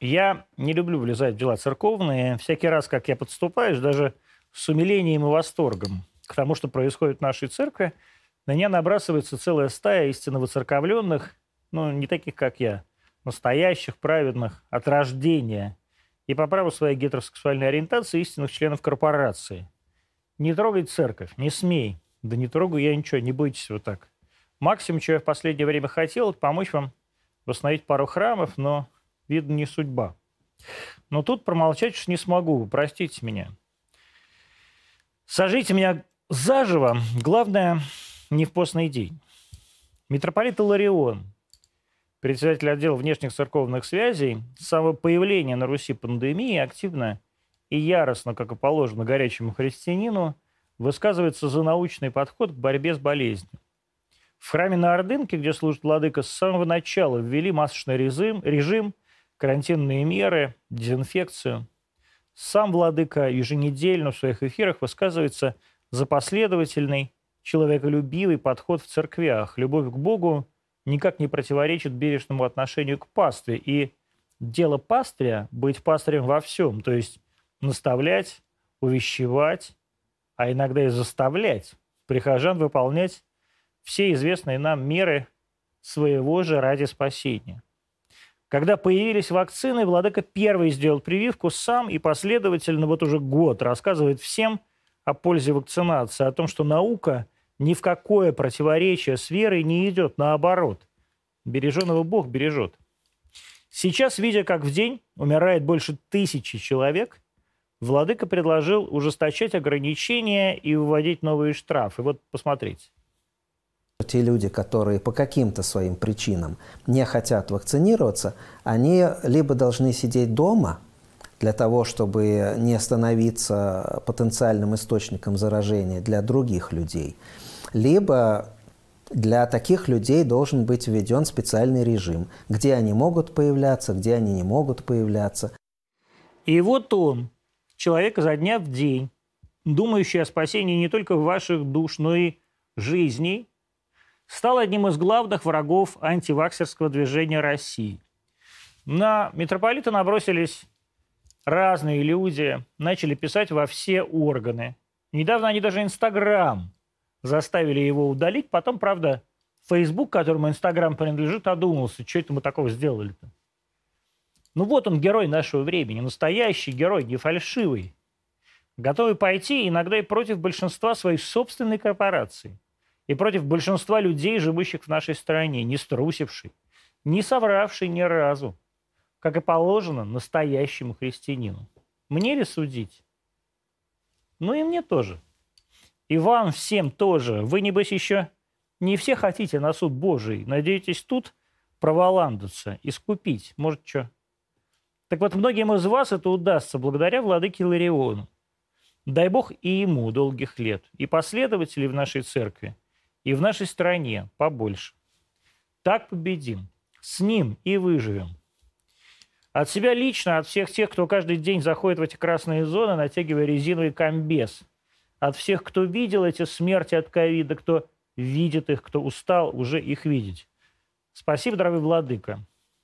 Я не люблю влезать в дела церковные. Всякий раз, как я подступаюсь, даже с умилением и восторгом к тому, что происходит в нашей церкви, на меня набрасывается целая стая истинно воцерковленных, ну, не таких, как я, настоящих, праведных, от рождения и по праву своей гетеросексуальной ориентации истинных членов корпорации. Не трогай церковь, не смей. Да не трогаю я ничего, не бойтесь вот так. Максимум, что я в последнее время хотел, это помочь вам восстановить пару храмов, но, видно, не судьба. Но тут промолчать уж не смогу, простите меня. Сожгите меня заживо, главное, не в постный день. Митрополит Иларион, председатель отдела внешних церковных связей, с самого появления на Руси пандемии активно и яростно, как и положено горячему христианину, высказывается за научный подход к борьбе с болезнью. В храме на Ордынке, где служит владыка, с самого начала ввели масочный режим, карантинные меры, дезинфекцию. Сам владыка еженедельно в своих эфирах высказывается за последовательный, человеколюбивый подход в церквях. Любовь к Богу никак не противоречит бережному отношению к пастве. И дело пастыря – быть пастырем во всем, то есть наставлять, увещевать, а иногда и заставлять прихожан выполнять все известные нам меры своего же ради спасения. Когда появились вакцины, владыка первый сделал прививку сам и последовательно вот уже год рассказывает всем о пользе вакцинации, о том, что наука ни в какое противоречие с верой не идет, наоборот. Береженого Бог бережет. Сейчас, видя, как в день умирает больше 1000 человек, владыка предложил ужесточать ограничения и вводить новые штрафы. Вот посмотрите. Те люди, которые по каким-то своим причинам не хотят вакцинироваться, они либо должны сидеть дома для того, чтобы не становиться потенциальным источником заражения для других людей, либо для таких людей должен быть введен специальный режим, где они могут появляться, где они не могут появляться. И вот он, человек изо дня в день, думающий о спасении не только ваших душ, но и жизней, стал одним из главных врагов антиваксерского движения России. На митрополита набросились разные люди, начали писать во все органы. Недавно они даже Инстаграм заставили его удалить. Потом, правда, Фейсбук, которому Инстаграм принадлежит, одумался, что это мы такого сделали-то. Ну вот он, герой нашего времени, настоящий герой, не фальшивый, готовый пойти иногда и против большинства своей собственной корпорации. И против большинства людей, живущих в нашей стране, не струсивший, не совравший ни разу, как и положено настоящему христианину. Мне ли судить? Ну и мне тоже. И вам всем тоже. Вы, небось, еще не все хотите на суд Божий. Надеетесь тут проволандаться, искупить. Может, что? Так вот, многим из вас это удастся благодаря владыке Илариону. Дай Бог и ему долгих лет, и последователей в нашей церкви, и в нашей стране побольше. Так победим. С ним и выживем. От себя лично, от всех тех, кто каждый день заходит в эти красные зоны, натягивая резиновый комбез. От всех, кто видел эти смерти от ковида, кто видит их, кто устал уже их видеть. Спасибо, дорогой владыка.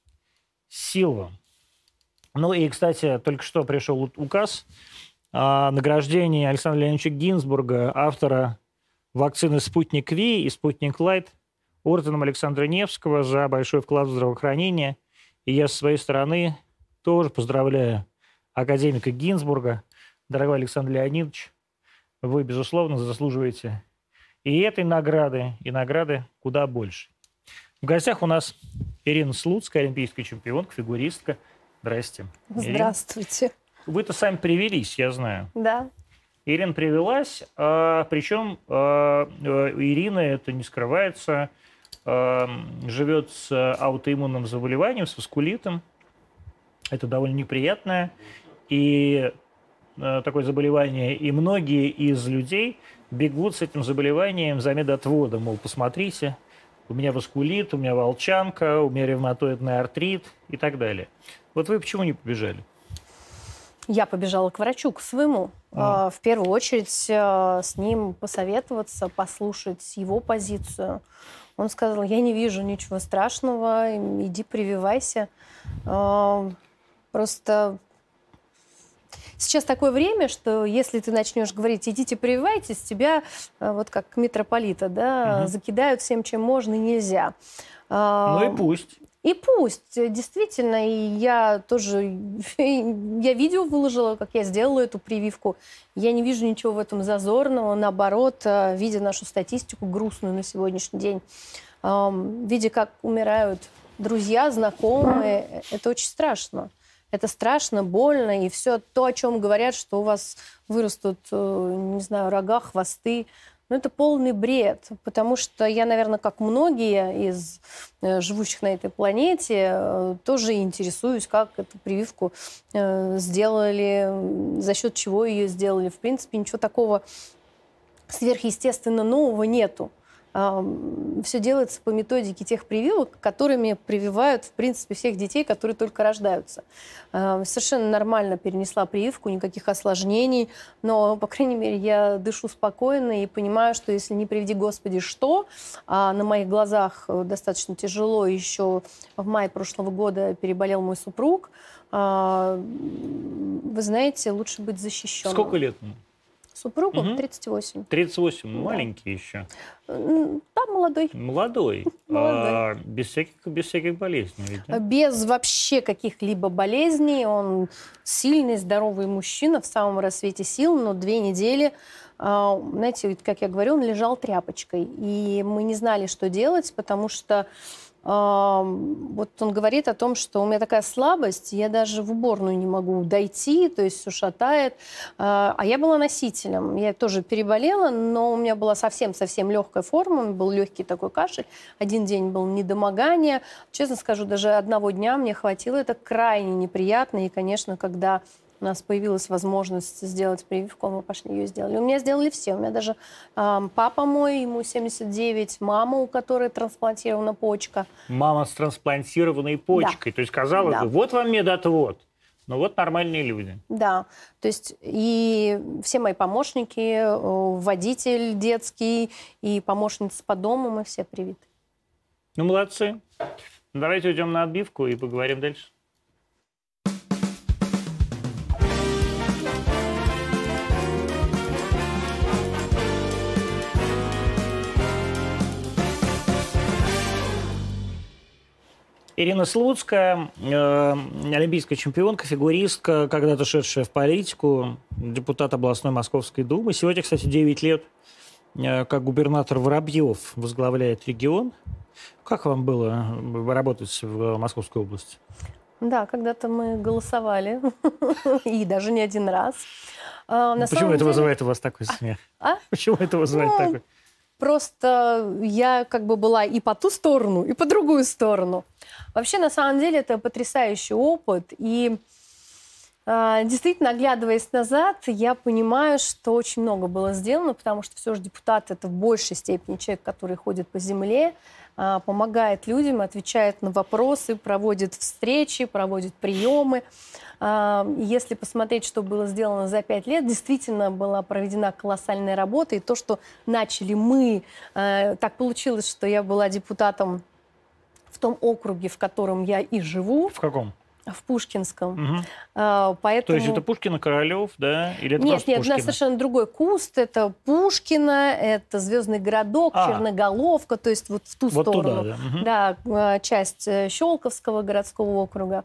Сил вам. Ну и, кстати, только что пришел указ о награждении Александра Леонидовича Гинзбурга, автора вакцины «Спутник Ви» и «Спутник Лайт», орденом Александра Невского за большой вклад в здравоохранение. И я со своей стороны тоже поздравляю академика Гинзбурга. Дорогой Александр Леонидович, вы, безусловно, заслуживаете и этой награды, и награды куда больше. В гостях у нас Ирина Слуцкая, олимпийская чемпионка, фигуристка. Здрасте. Здравствуйте. Ирина. Вы-то сами привелись, я знаю. Да. Ирина привелась, причем Ирина, это не скрывается, живет с аутоиммунным заболеванием, с васкулитом. Это довольно неприятное и такое заболевание. И многие из людей бегут с этим заболеванием за медотводом. Мол, посмотрите, у меня васкулит, у меня волчанка, у меня ревматоидный артрит и так далее. Вот вы почему не побежали? Я побежала к врачу, к своему. В первую очередь с ним посоветоваться, послушать его позицию. Он сказал, я не вижу ничего страшного, иди прививайся. Просто сейчас такое время, что если ты начнешь говорить, идите прививайтесь, тебя, вот как митрополита, да, закидают всем, чем можно и нельзя. Ну и пусть. И пусть, действительно, и я тоже, я видео выложила, как я сделала эту прививку. Я не вижу ничего в этом зазорного, наоборот, видя нашу статистику грустную на сегодняшний день, видя, как умирают друзья, знакомые, это очень страшно. Это страшно, больно, и все то, о чем говорят, что у вас вырастут, не знаю, рога, хвосты, но это полный бред, потому что я, наверное, как многие из живущих на этой планете, тоже интересуюсь, как эту прививку сделали, за счет чего ее сделали. В принципе, ничего такого сверхъестественно нового нету. Все делается по методике тех прививок, которыми прививают, в принципе, всех детей, которые только рождаются. Совершенно нормально перенесла прививку, никаких осложнений, но, по крайней мере, я дышу спокойно и понимаю, что если не приведи Господи что, а на моих глазах достаточно тяжело, еще в мае прошлого года переболел мой супруг, вы знаете, лучше быть защищенным. Сколько лет ему? Супругу 38. 38, Да. маленький еще. Да, молодой. Молодой. Молодой. Без всяких болезней. Ведь, да? Без вообще каких-либо болезней. Он сильный, здоровый мужчина в самом рассвете сил, но 2 недели, знаете, как я говорю, он лежал тряпочкой. И мы не знали, что делать, потому что вот он говорит о том, что у меня такая слабость, я даже в уборную не могу дойти, то есть все шатает. А я была носителем. Я тоже переболела, но у меня была совсем-совсем легкая форма, был легкий такой кашель. 1 день был недомогание. Честно скажу, даже 1 дня мне хватило. Это крайне неприятно. И, конечно, когда у нас появилась возможность сделать прививку, мы пошли ее сделали. У меня сделали все. У меня даже папа мой, ему 79, мама, у которой трансплантирована почка. Мама с трансплантированной почкой. Да. То есть, казалось бы, вот вам медотвод. Но вот нормальные люди. Да. То есть и все мои помощники, водитель детский и помощница по дому, мы все привиты. Ну, молодцы. Давайте уйдем на отбивку и поговорим дальше. Ирина Слуцкая, олимпийская чемпионка, фигуристка, когда-то шедшая в политику, депутат областной Московской думы. Сегодня, кстати, 9 лет, как губернатор Воробьев возглавляет регион. Как вам было работать в Московской области? Да, когда-то мы голосовали, и даже не 1 раз. Почему это вызывает у вас такой смех? Почему это вызывает такой? Просто я как бы была и по ту сторону, и по другую сторону. Вообще, на самом деле, это потрясающий опыт. И действительно, оглядываясь назад, я понимаю, что очень много было сделано, потому что все же депутат – это в большей степени человек, который ходит по земле, помогает людям, отвечает на вопросы, проводит встречи, проводит приемы. Если посмотреть, что было сделано за 5 лет, действительно была проведена колоссальная работа. И то, что начали мы, так получилось, что я была депутатом в том округе, в котором я и живу. В каком? В Пушкинском. Угу. Поэтому... То есть это Пушкино, Королев, да? Или это Нет, Пушкино? у нас совершенно другой куст. Это Пушкино, это Звездный городок, Черноголовка, то есть вот в ту вот сторону. Туда, да. Угу. Да, часть Щелковского городского округа.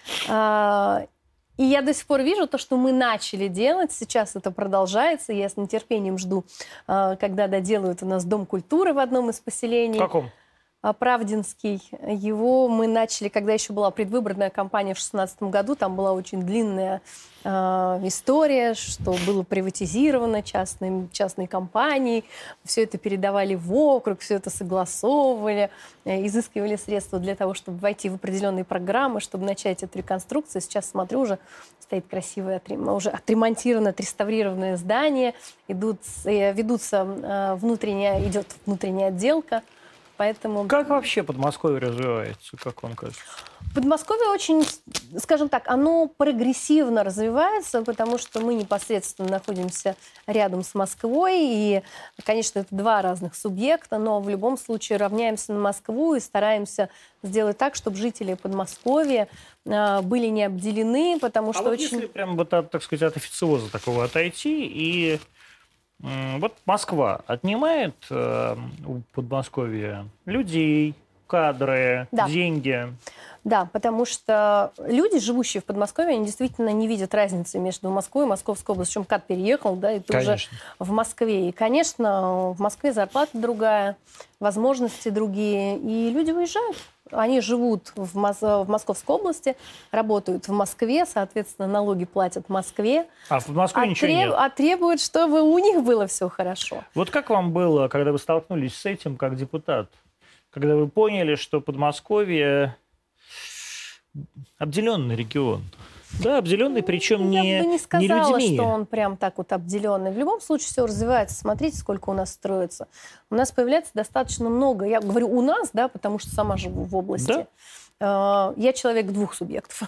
И я до сих пор вижу то, что мы начали делать. Сейчас это продолжается. Я с нетерпением жду, когда доделают у нас Дом культуры в одном из поселений. В каком? Правдинский. Его мы начали, когда еще была предвыборная кампания в 2016 году. Там была очень длинная история, что было приватизировано частной компанией. Все это передавали в округ, все это согласовывали, изыскивали средства для того, чтобы войти в определенные программы, чтобы начать эту реконструкцию. Сейчас смотрю, уже стоит красивое, уже отремонтированное, отреставрированное здание. Идет внутренняя отделка. Поэтому... Как вообще Подмосковье развивается, как вам кажется? Подмосковье очень, скажем так, оно прогрессивно развивается, потому что мы непосредственно находимся рядом с Москвой. И, конечно, это два разных субъекта, но в любом случае равняемся на Москву и стараемся сделать так, чтобы жители Подмосковья были не обделены, потому что вот очень... если прям вот, так сказать, от официоза такого отойти, и вот Москва отнимает у Подмосковья людей, кадры, Да. деньги. Да, потому что люди, живущие в Подмосковье, они действительно не видят разницы между Москвой и Московской областью. Причем МКАД переехал, да, и ты уже в Москве. И, конечно, в Москве зарплата другая, возможности другие, и люди уезжают. Они живут в Московской области, работают в Москве, соответственно, налоги платят в Москве. А в Москве ничего нет. А требуют, чтобы у них было все хорошо. Вот как вам было, когда вы столкнулись с этим как депутат? Когда вы поняли, что Подмосковье обделенный регион. Да, обделенный, причем Я бы не сказала, людьми. что он прям так вот обделенный. В любом случае все развивается. Смотрите, сколько у нас строится. У нас появляется достаточно много. Я говорю у нас, да, потому что сама живу в области. Да? Я человек двух субъектов.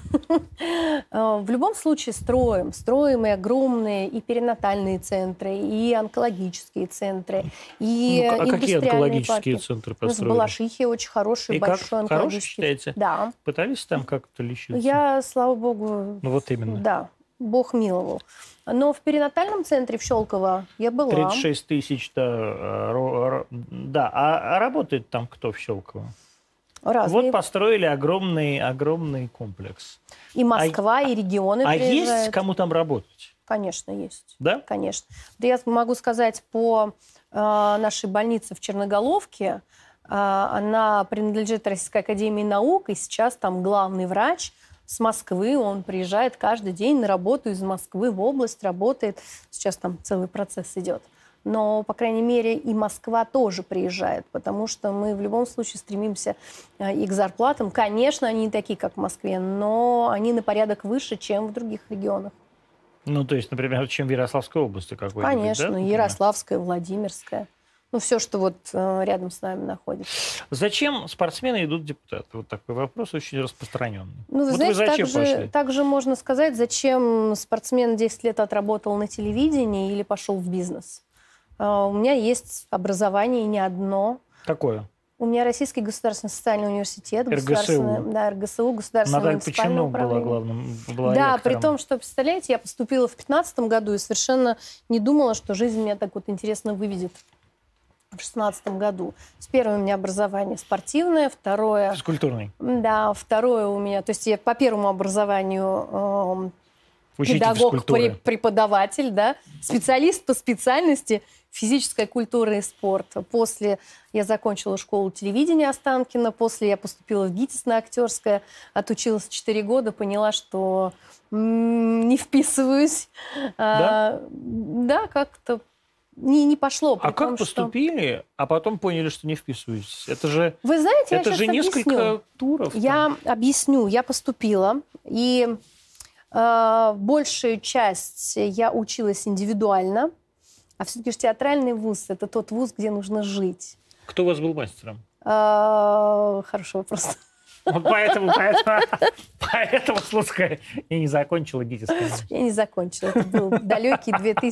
В любом случае строим и огромные и перинатальные центры, и онкологические центры, и а какие индустриальные онкологические парки. центры У нас в построили? Балашихе очень хороший, И большой как? Хороший, онкологический. считаете? Да. Пытались там как-то лечиться? Я, слава богу, Ну вот именно. да, Бог миловал. Но в перинатальном центре в Щелково я была. 36 тысяч, да. Да, а работает там кто в Щелково? Разные. Вот построили огромный комплекс. И Москва, и регионы приезжают. Есть кому там работать? Конечно, есть. Да? Конечно. Да я могу сказать по нашей больнице в Черноголовке. Она принадлежит Российской академии наук, и сейчас там главный врач с Москвы. Он приезжает каждый день на работу из Москвы в область, работает. Сейчас там целый процесс идет. Но, по крайней мере, и Москва тоже приезжает, потому что мы в любом случае стремимся и к зарплатам. Конечно, они не такие, как в Москве, но они на порядок выше, чем в других регионах. Ну, то есть, например, чем в Ярославской области какой-нибудь, Конечно, да? Ярославская, Владимирская. Ну, все, что вот рядом с нами находится. Зачем спортсмены идут в депутаты? Вот такой вопрос очень распространенный. Ну, вы вот знаете, вы зачем пошли? также можно сказать, зачем спортсмен 10 лет отработал на телевидении или пошел в бизнес. У меня есть образование, и не одно. Какое? У меня Российский государственный социальный университет. РГСУ. Да, РГСУ, государственное Наталья муниципальное Печенок была управление. главным, была Да, ректором. при том, что, представляете, я поступила в 2015 году и совершенно не думала, что жизнь меня так вот интересно выведет в 2016 году. Первое у меня образование спортивное, второе... Физкультурный. Да, второе у меня... То есть я по первому образованию Учитель педагог, физкультуры. преподаватель, да, специалист по специальности физическая культура и спорт. После я закончила школу телевидения Останкино, после я поступила в ГИТИС на актерское, отучилась 4 года, поняла, что не вписываюсь. Да? Да, как-то не пошло. А как поступили, а потом поняли, что не вписываетесь? Это же, Вы знаете, я это сейчас же несколько объясню. туров. Я объясню. Я поступила, и большую часть я училась индивидуально, а все-таки театральный вуз – это тот вуз, где нужно жить. Кто у вас был мастером? Хороший вопрос. Вот поэтому, слушай, я не закончила ГИТИС. Я не закончила. Это был далекий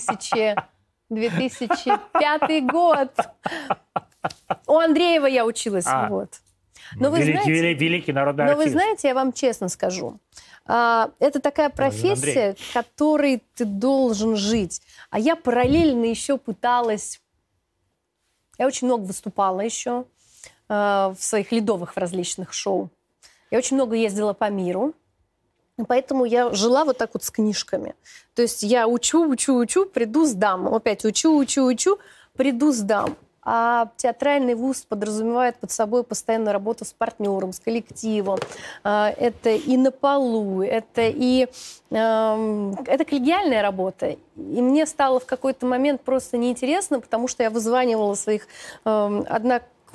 2005 год. У Андреева я училась. Вот. Но вы знаете, великий народный но артист. вы знаете, я вам честно скажу, это такая профессия, которой ты должен жить. А я параллельно еще пыталась... Я очень много выступала еще в своих ледовых в различных шоу. Я очень много ездила по миру. Поэтому я жила вот так вот с книжками. То есть я учу, приду, сдам. Опять учу, приду, сдам. А театральный вуз подразумевает под собой постоянную работу с партнером, с коллективом. Это и на полу, это коллегиальная работа. И мне стало в какой-то момент просто неинтересно, потому что я вызванивала своих однокурсников,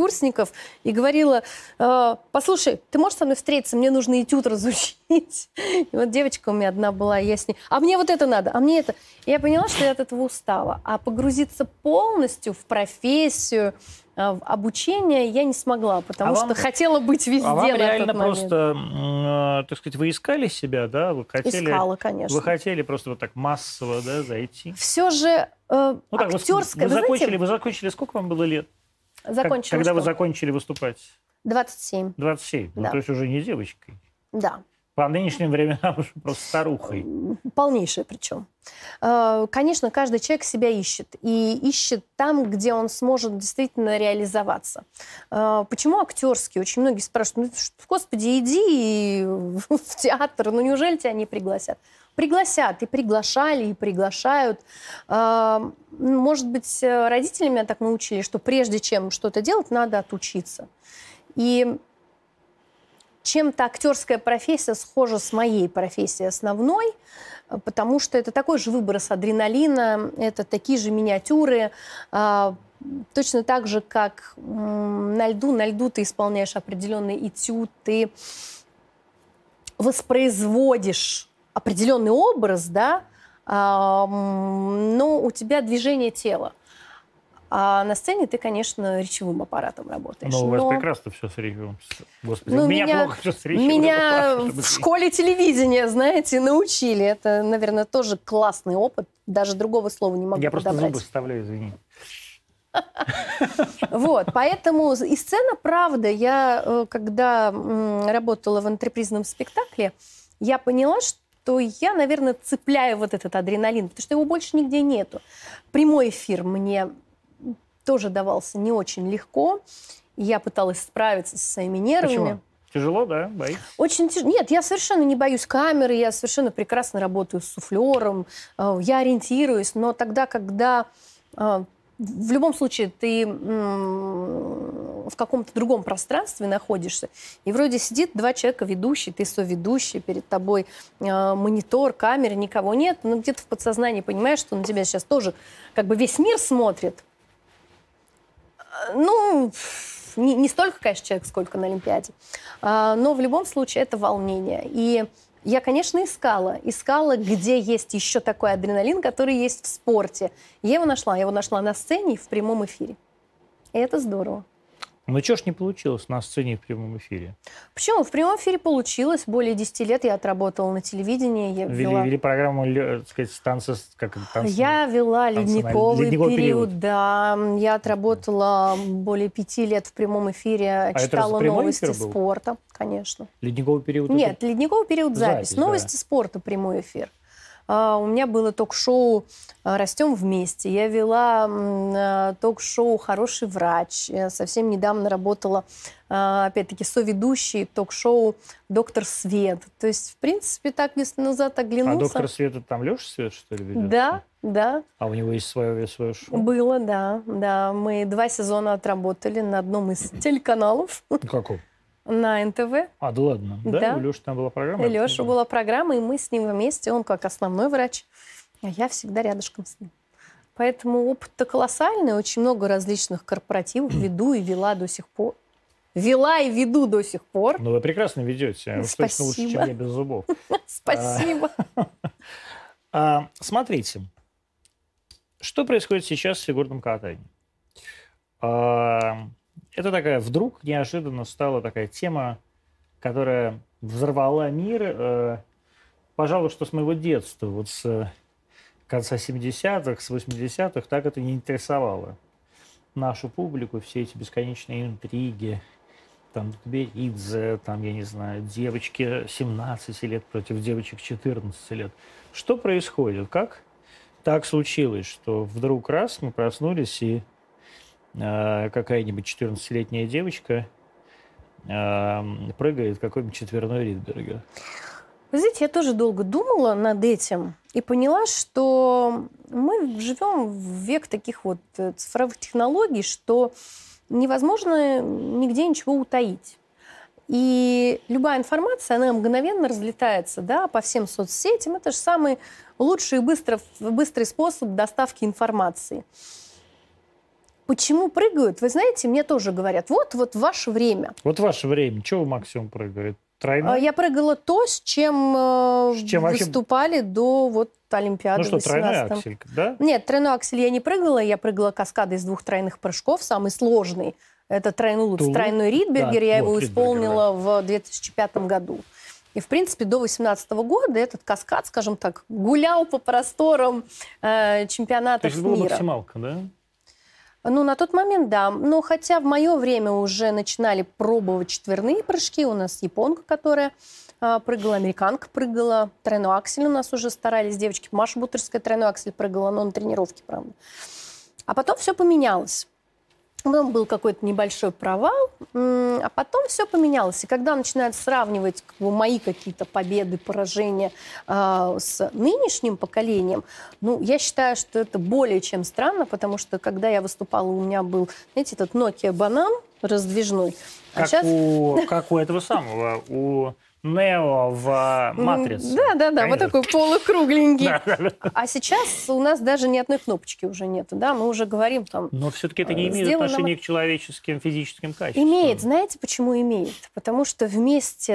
курсников и говорила: послушай, ты можешь со мной встретиться, мне нужно этюд разучить. И вот девочка у меня одна была, и я с ней: а мне вот это надо, а мне это. И я поняла, что я от этого устала. А погрузиться полностью в профессию, в обучение я не смогла, потому что хотела быть везде вам на этот реально момент. просто, так сказать, вы искали себя, да? Вы хотели, Искала, конечно. Вы хотели просто вот так массово, да, зайти? Все же актерское... Вы закончили, сколько вам было лет? Закончила Когда что? вы закончили выступать? 27. 27. Да. Ну, то есть уже не девочкой. Да. По нынешним временам уже просто старухой. Полнейшее причем. Конечно, каждый человек себя ищет. И ищет там, где он сможет действительно реализоваться. Почему актерский? Очень многие спрашивают: ну, господи, иди в театр, ну неужели тебя не пригласят? Пригласят, и приглашали, и приглашают. Может быть, родители меня так научили, что прежде чем что-то делать, надо отучиться. И чем-то актерская профессия схожа с моей профессией основной, потому что это такой же выброс адреналина, это такие же миниатюры, точно так же, как на льду ты исполняешь определенный этюд, ты воспроизводишь определенный образ, да, но у тебя движение тела. А на сцене ты, конечно, речевым аппаратом работаешь. Но у вас прекрасно все с речевым. Господи, ну, у меня плохо все с речевым. Меня в школе телевидения, знаете, научили. Это, наверное, тоже классный опыт. Даже другого слова не могу подобрать. Я просто зубы вставляю, извини. Вот, поэтому и сцена, правда, я, когда работала в антрепризном спектакле, я поняла, что я, наверное, цепляю вот этот адреналин, потому что его больше нигде нету. Прямой эфир мне тоже давался не очень легко. Я пыталась справиться со своими нервами. Почему? Тяжело, да? Боитесь? Очень тяжело. Нет, я совершенно не боюсь камеры, я совершенно прекрасно работаю с суфлером, я ориентируюсь, но тогда, когда в любом случае ты в каком-то другом пространстве находишься, и вроде сидит два человека, ведущий, ты соведущий, перед тобой монитор, камера, никого нет, но где-то в подсознании понимаешь, что на тебя сейчас тоже как бы весь мир смотрит. Ну, не столько, конечно, человек, сколько на Олимпиаде, но в любом случае это волнение. И я, конечно, искала, где есть еще такой адреналин, который есть в спорте. Я его нашла на сцене и в прямом эфире. И это здорово. Ну, что ж не получилось на сцене и в прямом эфире? Почему? В прямом эфире получилось. Более 10 лет я отработала на телевидении. Я вели программу, так сказать, танцы, как танцы. Я вела ледниковый период, да. Я отработала более 5 лет в прямом эфире, читала новости спорта, конечно. Ледниковый период? Нет, ледниковый период запись. Новости спорта, прямой эфир. У меня было ток-шоу «Растем вместе». Я вела ток-шоу «Хороший врач». Я совсем недавно работала, опять-таки, соведущей ток-шоу «Доктор Свет». То есть, в принципе, так, если назад оглянуться... А «Доктор Свет» — это там Леша Свет, что ли, ведет? Да, да. А у него есть свое шоу? Было, да. Мы 2 сезона отработали на одном из телеканалов. Каком? На НТВ. А, да ладно? Да? У Леши там была программа? У Леши была программа, и мы с ним вместе. Он как основной врач, а я всегда рядышком с ним. Поэтому опыт-то колоссальный. Очень много различных корпоративов веду и вела до сих пор. Вела и веду до сих пор. Ну, вы прекрасно ведете. Уж точно лучше, чем я без зубов. Спасибо. Смотрите, что происходит сейчас с фигурным катанием? Это такая вдруг неожиданно стала такая тема, которая взорвала мир, пожалуй, что с моего детства, вот с конца 70-х, с 80-х, так это не интересовало нашу публику, все эти бесконечные интриги, там, Тутберидзе, там, я не знаю, девочки 17 лет против девочек 14 лет. Что происходит? Как так случилось, что вдруг раз мы проснулись и какая-нибудь 14-летняя девочка прыгает какой-нибудь четверной Ридберга? Вы знаете, я тоже долго думала над этим и поняла, что мы живем в век таких вот цифровых технологий, что невозможно нигде ничего утаить. И любая информация, она мгновенно разлетается, да, по всем соцсетям. Это же самый лучший и быстрый способ доставки информации. Почему прыгают? Вы знаете, мне тоже говорят, вот ваше время. Вот ваше время. Чего вы максимум прыгали? Тройной? Я прыгала то, с чем выступали до вот Олимпиады. Ну что, тройной аксель, да? Нет, тройной аксель я не прыгала. Я прыгала каскады из 2 тройных прыжков. Самый сложный – это тройной луц, тройной Ридбергер. Да, я его исполнила в 2005 году. И, в принципе, до 2018 года этот каскад, скажем так, гулял по просторам чемпионатов мира. То есть была максималка, да? Ну, на тот момент, да. Но хотя в мое время уже начинали пробовать четверные прыжки. У нас японка, которая прыгала, американка прыгала. Тройной аксель у нас уже старались девочки. Маша Бутерская тройной аксель прыгала, но на тренировке, правда. А потом все поменялось. Потом был какой-то небольшой провал, а потом все поменялось. И когда начинают сравнивать мои какие-то победы, поражения с нынешним поколением, ну, я считаю, что это более чем странно, потому что когда я выступала, у меня был, знаете, этот Nokia банан раздвижной. Как у этого самого, у Нео в «Матрице». Да, вот такой полукругленький. А сейчас у нас даже ни одной кнопочки уже нету, да, мы уже говорим там... Но все-таки это не имеет отношения к человеческим физическим качествам. Имеет, знаете, почему имеет? Потому что вместе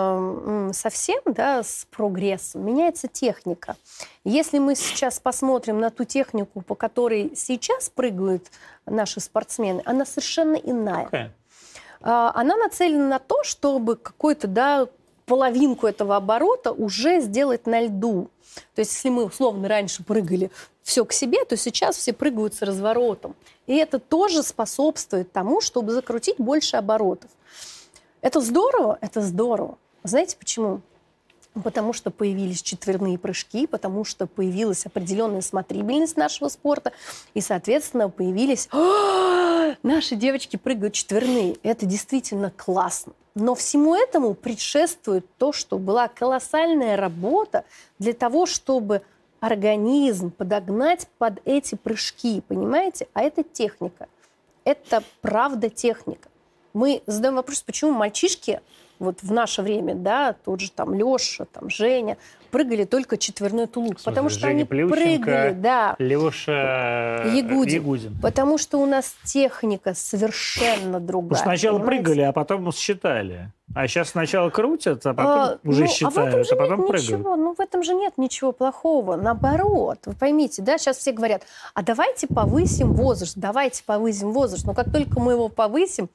со всем, да, с прогрессом меняется техника. Если мы сейчас посмотрим на ту технику, по которой сейчас прыгают наши спортсмены, она совершенно иная. Okay. Она нацелена на то, чтобы какой-то, да, половинку этого оборота уже сделать на льду. То есть если мы условно раньше прыгали все к себе, то сейчас все прыгают с разворотом. И это тоже способствует тому, чтобы закрутить больше оборотов. Это здорово? Это здорово. Знаете почему? Потому что появились четверные прыжки, потому что появилась определенная смотрибельность нашего спорта, и, соответственно, появились... Наши девочки прыгают четверные. Это действительно классно. Но всему этому предшествует то, что была колоссальная работа для того, чтобы организм подогнать под эти прыжки, понимаете? А это техника. Это правда техника. Мы задаем вопрос, почему мальчишки вот в наше время, да, тот же там Леша, там Женя, прыгали только четверной тулуп. Потому что Женя они прыгали, да. Леша Ягудин. Потому что у нас техника совершенно другая. Сначала прыгали, а потом считали. А сейчас сначала крутят, а потом уже считают, а потом прыгают. Ну, в этом же нет ничего плохого. Наоборот, вы поймите, да, сейчас все говорят, а давайте повысим возраст, давайте повысим возраст. Но как только мы его повысим,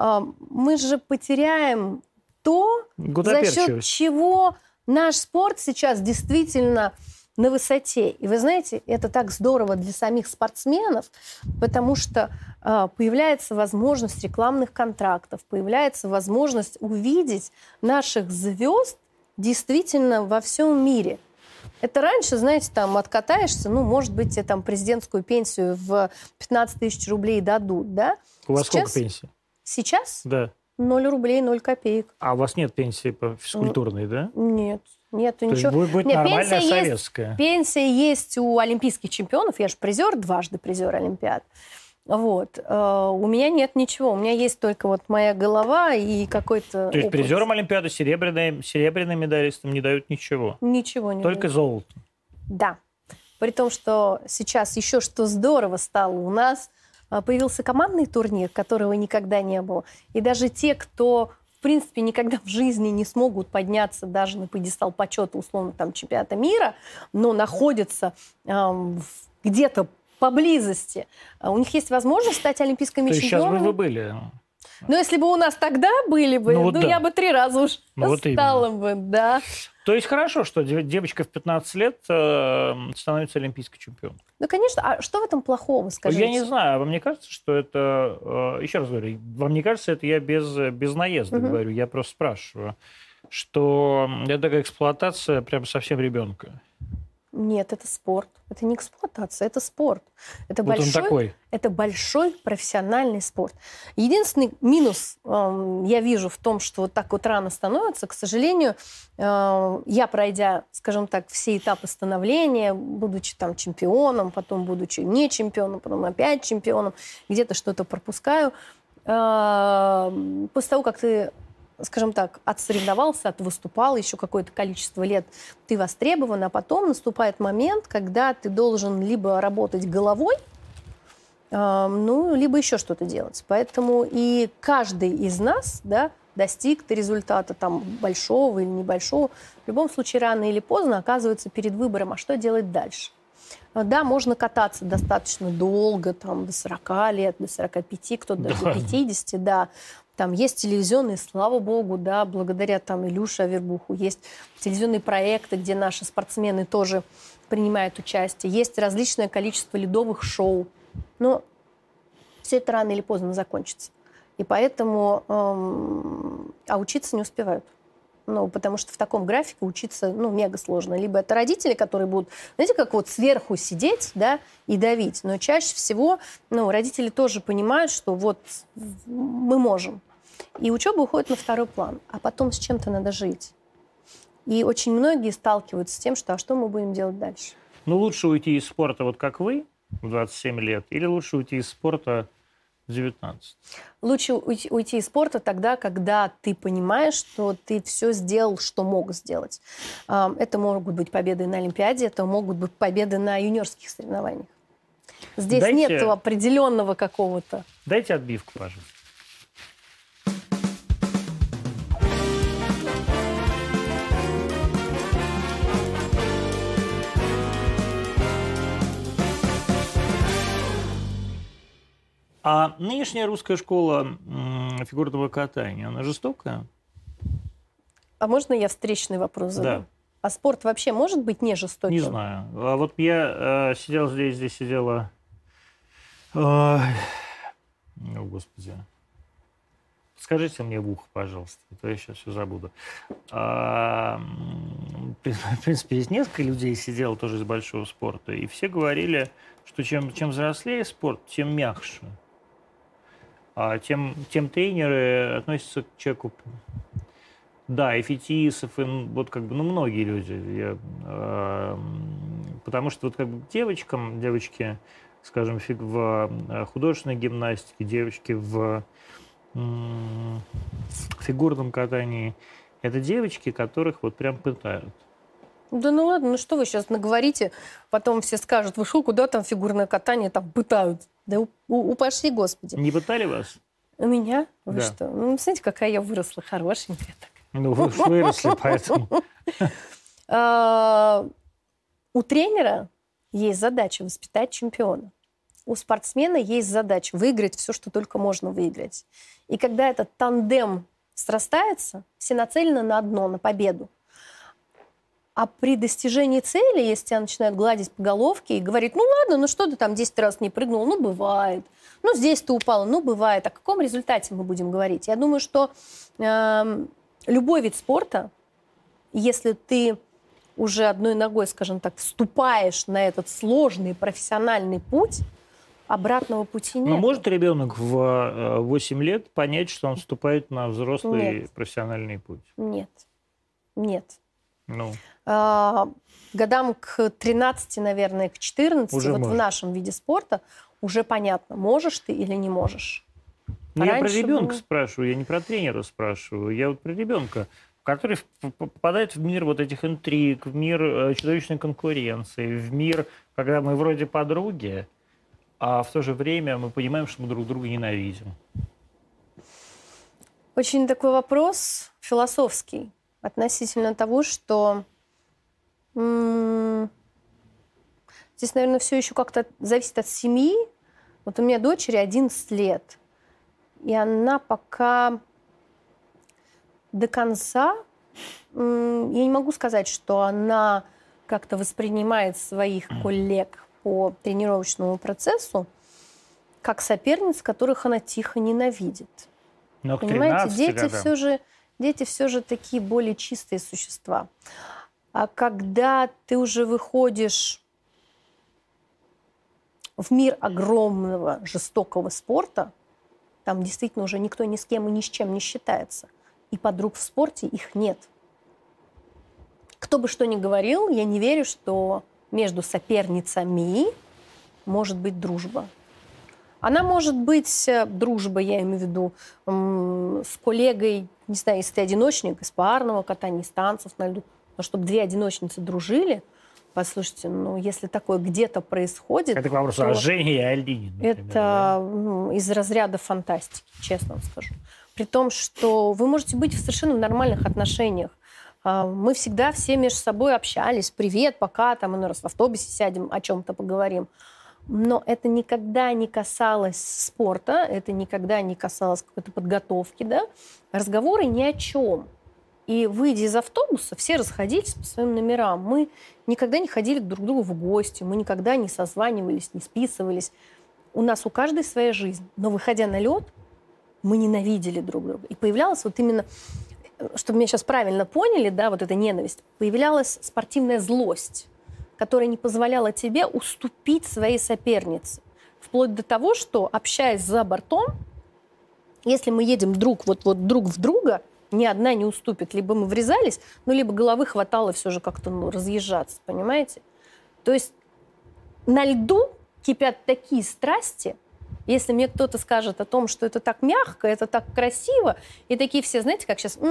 мы же потеряем то, за счет чего наш спорт сейчас действительно на высоте. И вы знаете, это так здорово для самих спортсменов, потому что появляется возможность рекламных контрактов, появляется возможность увидеть наших звезд действительно во всем мире. Это раньше, знаете, там откатаешься, ну, может быть, тебе там президентскую пенсию в 15 тысяч рублей дадут, да? У вас сколько пенсий? Сейчас? Да. 0 рублей, 0 копеек. А у вас нет пенсии физкультурной, да? Нет. Нету То ничего. Есть будет нормальная советская. Пенсия есть у олимпийских чемпионов. Я же призер, дважды призер Олимпиад. Вот. У меня нет ничего. У меня есть только вот моя голова и какой-то... То есть призерам Олимпиады, серебряным медалистам не дают ничего? Ничего не только дают. Золото? Да. При том, что сейчас еще что здорово стало у нас, появился командный турнир, которого никогда не было. И даже те, кто, в принципе, никогда в жизни не смогут подняться даже на пьедестал почета, условно, там, чемпионата мира, но находятся где-то поблизости, у них есть возможность стать олимпийскими чемпионами. То есть сейчас бы вы были... Но если бы у нас тогда были бы, я бы 3 раза уж стала бы, да. То есть хорошо, что девочка в 15 лет становится олимпийской чемпионкой. Ну, конечно. А что в этом плохого, скажите? Я не знаю. Вам не кажется, что это... Еще раз говорю, вам не кажется, это я без наезда говорю, я просто спрашиваю, что это такая эксплуатация прям совсем ребенка? Нет, это спорт. Это не эксплуатация, это спорт. Это, вот это большой профессиональный спорт. Единственный минус я вижу в том, что вот так вот рано становится. К сожалению, я, пройдя, скажем так, все этапы становления, будучи там чемпионом, потом будучи не чемпионом, потом опять чемпионом, где-то что-то пропускаю. После того, как ты, скажем так, отсоревновался, отвыступал, еще какое-то количество лет ты востребован, а потом наступает момент, когда ты должен либо работать головой, ну, либо еще что-то делать. Поэтому и каждый из нас, да, достиг результата там большого или небольшого, в любом случае рано или поздно оказывается перед выбором, а что делать дальше. Да, можно кататься достаточно долго, там, до 40 лет, до 45, кто-то даже до 50, да. Там есть телевизионные, слава богу, да, благодаря там Илюше Авербуху, есть телевизионные проекты, где наши спортсмены тоже принимают участие, есть различное количество ледовых шоу. Но все это рано или поздно закончится. И поэтому учиться не успевают. Ну, потому что в таком графике учиться, ну, мега сложно. Либо это родители, которые будут, знаете, как вот сверху сидеть, да, и давить. Но чаще всего, ну, родители тоже понимают, что вот мы можем. И учеба уходит на второй план. А потом с чем-то надо жить. И очень многие сталкиваются с тем, что а что мы будем делать дальше? Ну, лучше уйти из спорта, вот как вы, в 27 лет, или лучше уйти из спорта в 19? Лучше уйти из спорта тогда, когда ты понимаешь, что ты все сделал, что мог сделать. Это могут быть победы на Олимпиаде, это могут быть победы на юниорских соревнованиях. Здесь нет определенного какого-то. Дайте отбивку, пожалуйста. А нынешняя русская школа фигурного катания, она жестокая? А можно я встречный вопрос задам? Да. А спорт вообще может быть не жестоким? Не знаю. А вот я сидел здесь сидела... О, Господи. Скажите мне в ухо, пожалуйста, а то я сейчас все забуду. В принципе, здесь несколько людей сидело тоже из большого спорта, и все говорили, что чем взрослее спорт, тем мягче. А тем тренеры относятся к человеку... Да, и Фетисов, и вот как бы, ну, многие люди. Потому что вот как бы девочки, скажем, в художественной гимнастике, девочки в фигурном катании, это девочки, которых вот прям пытают. Да ну ладно, ну что вы сейчас наговорите, потом все скажут, вы шо, куда там фигурное катание, там пытают. Да упаси Господи. Не пытали вас? Меня? Вы Да. что? Ну, смотрите, какая я выросла, хорошенькая так. Ну, вы выросли, поэтому... У тренера есть задача воспитать чемпиона. У спортсмена есть задача выиграть все, что только можно выиграть. И когда этот тандем срастается, все нацелены на одно, на победу. А при достижении цели, если тебя начинают гладить по головке и говорить, ну ладно, ну что ты там 10 раз не прыгнул, ну бывает. Ну здесь ты упала, ну бывает. О каком результате мы будем говорить? Я думаю, что любой вид спорта, если ты уже одной ногой, скажем так, вступаешь на этот сложный профессиональный путь, обратного пути нет. Но может ребенок в 8 лет понять, что он вступает на взрослый Нет. профессиональный путь? Нет. Нет. Ну, Годам к 13, наверное, к 14, уже вот может. в нашем виде спорта уже понятно, можешь ты или не можешь. ну я про Раньше ребенка было- спрашиваю, я не про тренера спрашиваю, я вот про ребенка, который попадает в мир вот этих интриг, в мир чудовищной конкуренции, в мир, когда мы вроде подруги, а в то же время мы понимаем, что мы друг друга ненавидим. Очень такой вопрос философский относительно того, что здесь, наверное, все еще как-то зависит от семьи. Вот у меня дочери 11 лет, и она пока до конца, я не могу сказать, что она как-то воспринимает своих коллег по тренировочному процессу как соперниц, которых она тихо ненавидит. Но к Понимаете, 13 годам... дети все же такие более чистые существа. А когда ты уже выходишь в мир огромного жестокого спорта, там действительно уже никто ни с кем и ни с чем не считается. И подруг в спорте их нет. Кто бы что ни говорил, я не верю, что между соперницами может быть дружба. Она может быть дружба, я имею в виду, с коллегой, не знаю, если ты одиночник, из парного катания, из танцев на льду, но чтобы две одиночницы дружили, Послушайте, ну, если такое где-то происходит... Это к вопросу о Жене и Алине, например. Это из разряда фантастики, честно вам скажу. При том, что вы можете быть в совершенно нормальных отношениях. Мы всегда все между собой общались. Привет, пока, там, иной раз в автобусе сядем, о чем-то поговорим. Но это никогда не касалось спорта, это никогда не касалось какой-то подготовки, да? Разговоры ни о чем. И, выйдя из автобуса, все расходились по своим номерам. Мы никогда не ходили друг к другу в гости, мы никогда не созванивались, не списывались. У нас у каждой своя жизнь. Но, выходя на лед, мы ненавидели друг друга. И появлялась вот именно, чтобы меня сейчас правильно поняли, да, вот эта ненависть, появлялась спортивная злость, которая не позволяла тебе уступить своей сопернице. Вплоть до того, что, общаясь за бортом, если мы едем друг в друга, ни одна не уступит. Либо мы врезались, ну, либо головы хватало все же как-то разъезжаться, понимаете? То есть на льду кипят такие страсти, если мне кто-то скажет о том, что это так мягко, это так красиво, и такие все, знаете, как сейчас,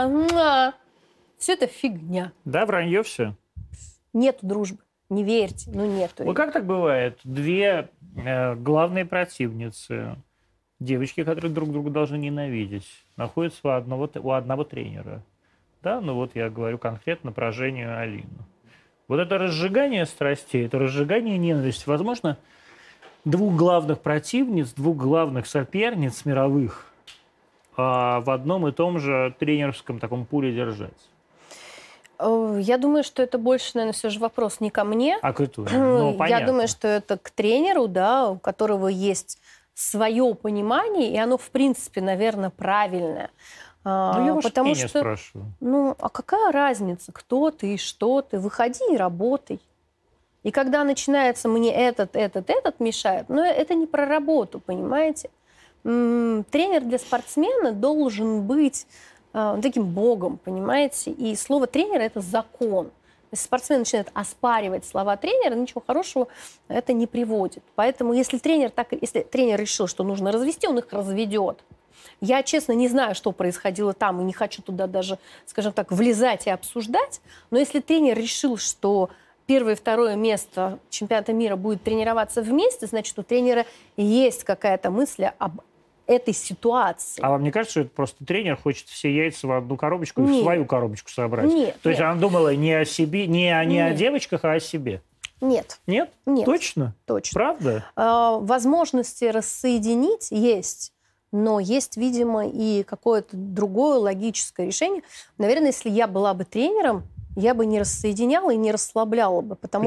все это фигня. Да, вранье все. Нету дружбы, не верьте, ну нету. Ну как так бывает? Две главные противницы, девочки, которые друг друга должны ненавидеть, находятся у одного тренера. Да, ну вот я говорю конкретно про Женю и Алину. Вот это разжигание страстей, это разжигание ненависти, возможно, двух главных противниц, двух главных соперниц мировых в одном и том же тренерском таком пуле держать. Я думаю, что это больше, наверное, все же вопрос не ко мне. А к этому? Ну, понятно. Я думаю, что это к тренеру, да, у которого есть свое понимание, и оно, в принципе, наверное, правильное. Ну, я ваше мнение спрашиваю. Ну, а какая разница, кто ты и что ты? Выходи и работай. И когда начинается мне этот мешает, но это не про работу, понимаете? Тренер для спортсмена должен быть таким богом, понимаете? И слово тренера – это закон. Если спортсмен начинает оспаривать слова тренера, ничего хорошего это не приводит. Поэтому если тренер решил, что нужно развести, он их разведет. Я, честно, не знаю, что происходило там, и не хочу туда даже, скажем так, влезать и обсуждать. Но если тренер решил, что первое и второе место чемпионата мира будет тренироваться вместе, значит, у тренера есть какая-то мысль об этой ситуации. А вам не кажется, что это просто тренер хочет все яйца в одну коробочку и в свою коробочку собрать? Нет. То есть она думала не о себе, не о девочках, а о себе? Нет. Нет? Нет. Точно? Точно. Правда? Возможности рассоединить есть, но есть, видимо, и какое-то другое логическое решение. Наверное, если я была бы тренером, я бы не рассоединяла и не расслабляла бы, потому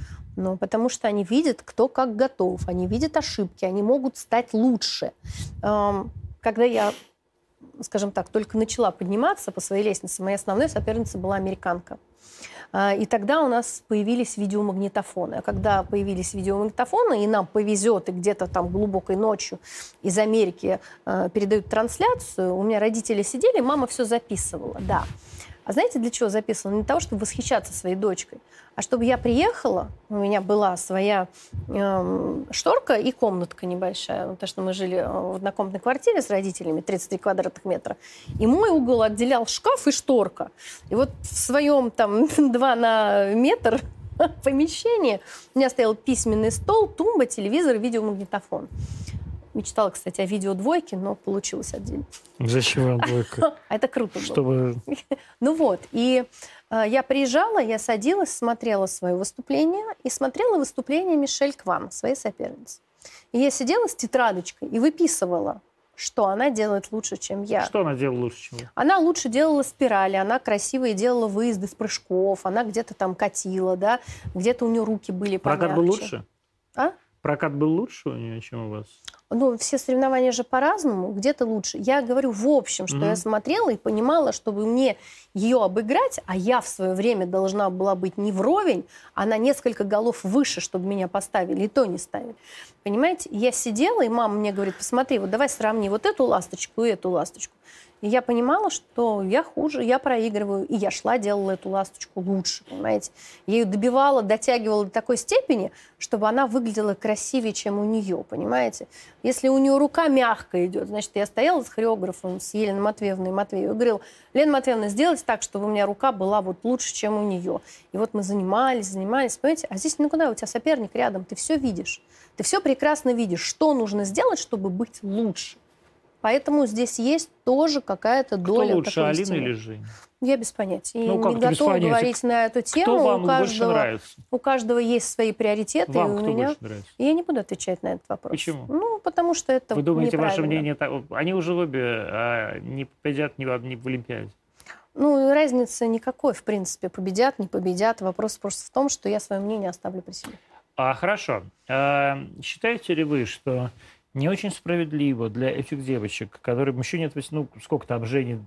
что они видят, кто как готов, они видят ошибки, они могут стать лучше. Когда я, скажем так, только начала подниматься по своей лестнице, моей основной соперницей была американка. И тогда у нас появились видеомагнитофоны. А когда появились видеомагнитофоны, и нам повезет, и где-то там глубокой ночью из Америки передают трансляцию, у меня родители сидели, мама все записывала, да. А знаете, для чего записывала? Не для того, чтобы восхищаться своей дочкой, а чтобы я приехала, у меня была своя шторка и комнатка небольшая, потому что мы жили в однокомнатной квартире с родителями, 33 квадратных метра, и мой угол отделял шкаф и шторка. И вот в своем там 2 на метр помещении у меня стоял письменный стол, тумба, телевизор, видеомагнитофон. Мечтала, кстати, о видеодвойке, но получилось отдельно. Зачем вам двойка? А это круто было. Чтобы... Ну вот, и я приезжала, я садилась, смотрела свое выступление и смотрела выступление Мишель Кван, своей соперницы. И я сидела с тетрадочкой и выписывала, что она делает лучше, чем я. Что она делала лучше, чем я? Она лучше делала спирали, она красивее делала выезды с прыжков, она где-то там катила, да, где-то у нее руки были помягче. Прокат был лучше? А? Прокат был лучше у нее, чем у вас? Ну, все соревнования же по-разному, где-то лучше. Я говорю в общем, что я смотрела и понимала, чтобы мне ее обыграть, а я в свое время должна была быть не вровень, а на несколько голов выше, чтобы меня поставили, и то не ставили. Понимаете? Я сидела, и мама мне говорит, посмотри, вот давай сравни вот эту ласточку и эту ласточку. И я понимала, что я хуже, я проигрываю. И я шла, делала эту ласточку лучше, понимаете. Я ее добивала, дотягивала до такой степени, чтобы она выглядела красивее, чем у нее, понимаете. Если у нее рука мягко идет, значит, я стояла с хореографом, с Еленой Матвеевной Матвеевой, и говорила: Лена Матвеевна, сделайте так, чтобы у меня рука была вот лучше, чем у нее. И вот мы занимались, понимаете. А здесь, ну куда, у тебя соперник рядом, ты все видишь. Ты все прекрасно видишь, что нужно сделать, чтобы быть лучше. Поэтому здесь есть тоже какая-то доля. Кто лучше, такой Алина истины. или Женя? Я без понятия. Ну, Я не готова говорить на эту тему. Кто вам больше нравится? У каждого есть свои приоритеты. Вам и у кто меня... больше нравится? И я не буду отвечать на этот вопрос. Почему? Ну, потому что это Вы думаете, ваше неправильно. мнение... Они уже обе не победят ни в Олимпиаде? Ну, разницы никакой, в принципе. Победят, не победят. Вопрос просто в том, что я свое мнение оставлю при себе. Хорошо. Считаете ли вы, что не очень справедливо для этих девочек, которым еще нет, ну, сколько там, Жене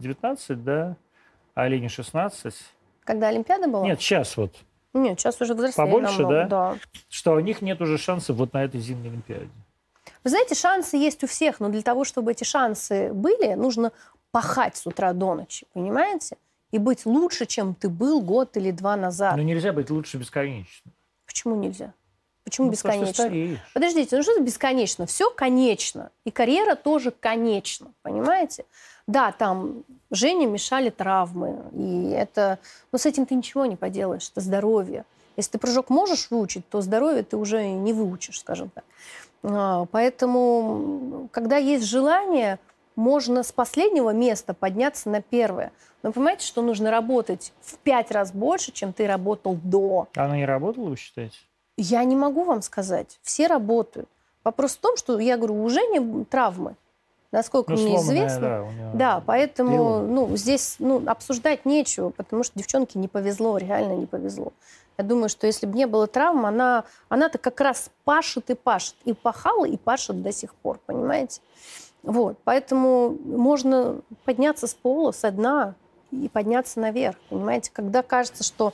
19, да, а Алине 16? Когда Олимпиада была? Нет, сейчас вот. Нет, сейчас уже взрослее Побольше, намного, да? Что у них нет уже шансов вот на этой зимней Олимпиаде. Вы знаете, шансы есть у всех, но для того, чтобы эти шансы были, нужно пахать с утра до ночи, понимаете? И быть лучше, чем ты был год или два назад. Но нельзя быть лучше бесконечно. Почему нельзя? Почему Ну, бесконечно? потому что стареешь. Подождите, ну что это бесконечно? Все конечно. И карьера тоже конечна, понимаете? Да, там Жене мешали травмы. И это... Ну, с этим ты ничего не поделаешь. Это здоровье. Если ты прыжок можешь выучить, то здоровье ты уже не выучишь, скажем так. Поэтому, когда есть желание, можно с последнего места подняться на первое. Но понимаете, что нужно работать в 5 раз больше, чем ты работал до. Она не работала, вы считаете? Я не могу вам сказать. Все работают. Вопрос в том, что, я говорю, у Жени травмы. Насколько мне известно. Да, у нее да, поэтому перелом. Здесь обсуждать нечего, потому что девчонке не повезло, реально не повезло. Я думаю, что если бы не было травм, она-то как раз пашет. И пахала, и пашет до сих пор, понимаете? Вот. Поэтому можно подняться с пола, со дна и подняться наверх, понимаете? Когда кажется, что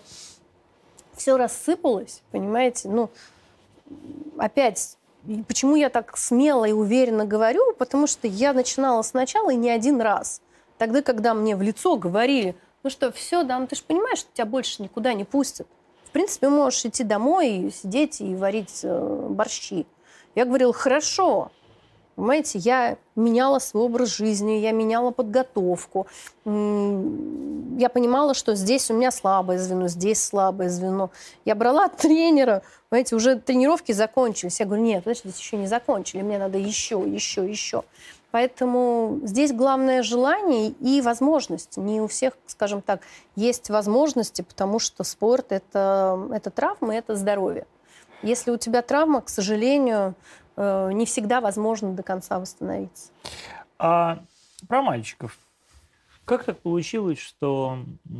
все рассыпалось, понимаете? Ну, опять, почему я так смело и уверенно говорю? Потому что я начинала сначала и не один раз. Тогда, когда мне в лицо говорили: ну что, все, да, ну ты же понимаешь, что тебя больше никуда не пустят. В принципе, можешь идти домой и сидеть и варить борщи. Я говорила: хорошо. Понимаете, я меняла свой образ жизни, я меняла подготовку. Я понимала, что здесь у меня слабое звено, здесь слабое звено. Я брала тренера, понимаете, уже тренировки закончились. Я говорю: нет, подожди, здесь еще не закончили, мне надо еще. Поэтому здесь главное желание и возможность. Не у всех, скажем так, есть возможности, потому что спорт – это травмы, это здоровье. Если у тебя травма, к сожалению, не всегда возможно до конца восстановиться. А про мальчиков. Как так получилось, что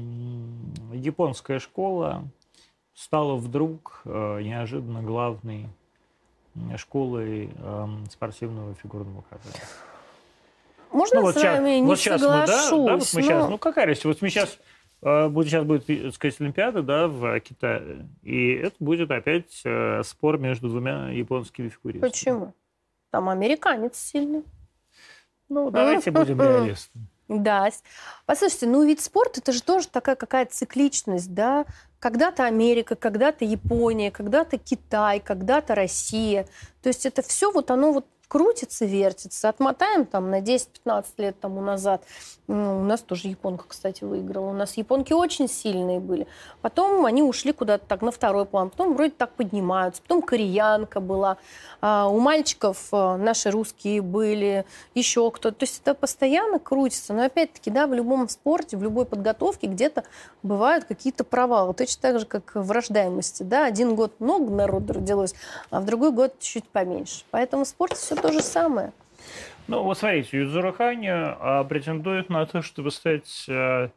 японская школа стала вдруг неожиданно главной школой спортивного фигурного катания? Можно с вами не соглашусь? Какая разница? Вот сейчас будет, так сказать, Олимпиада, да, в Китае, и это будет опять спор между двумя японскими фигуристами. Почему? Там американец сильный. Ну, давайте будем реалистами. Да. Послушайте, вид спорта – это же тоже такая какая-то цикличность, да? Когда-то Америка, когда-то Япония, когда-то Китай, когда-то Россия. То есть это все оно крутится, вертится. Отмотаем там на 10-15 лет тому назад. У нас тоже японка, кстати, выиграла. У нас японки очень сильные были. Потом они ушли куда-то так на второй план. Потом вроде так поднимаются. Потом кореянка была. У мальчиков наши русские были. Еще кто-то. То есть это постоянно крутится. Но опять-таки, да, в любом спорте, в любой подготовке где-то бывают какие-то провалы. Точно так же, как в рождаемости. Да? Один год много народу родилось, а в другой год чуть поменьше. Поэтому в спорте все то же самое. Ну, вот смотрите, Юдзуро Ханя претендует на то, чтобы стать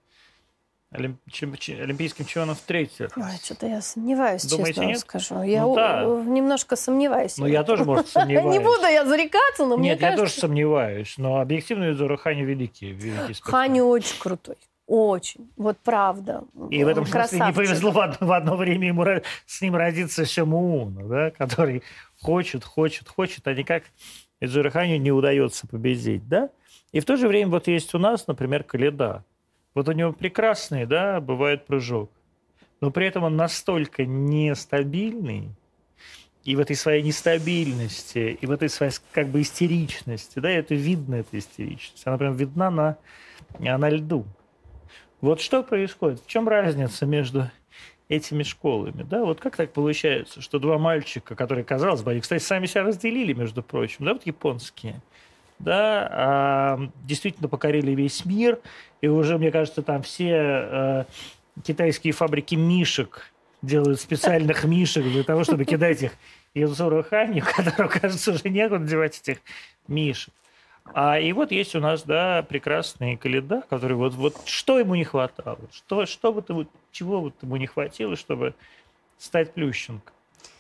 олимпийским чемпионом в третий раз. Ой, что-то я сомневаюсь, Думаете, честно вам нет? скажу. Я да. немножко сомневаюсь. Ну, я тоже, может, сомневаюсь. Не буду я зарекаться, но мне кажется... Нет, я тоже сомневаюсь, но объективно Юдзуро Ханя великий спортсмен. Ханя очень крутой. Очень. Вот правда. И в этом смысле не повезло в одно время ему с ним родиться Шимуна, да, который хочет, а никак Юдзуро Ханю не удается победить, да? И в то же время вот есть у нас, например, Коляда. Вот у него прекрасный, да, бывает прыжок, но при этом он настолько нестабильный, и в этой своей нестабильности, и в этой своей как бы истеричности, да, это видно, эта истеричность, она прям видна на льду. Вот что происходит? В чем разница между этими школами? Да? Вот как так получается, что два мальчика, которые, казалось бы, они, кстати, сами себя разделили, между прочим, да, вот японские, да, действительно покорили весь мир, и уже, мне кажется, там все китайские фабрики мишек делают специальных мишек для того, чтобы кидать их Юнсуру Ханью, которому, кажется, уже некуда девать этих мишек. И вот есть у нас, да, прекрасный Коляда, который вот что ему не хватало, чего вот ему не хватило, чтобы стать Плющенко.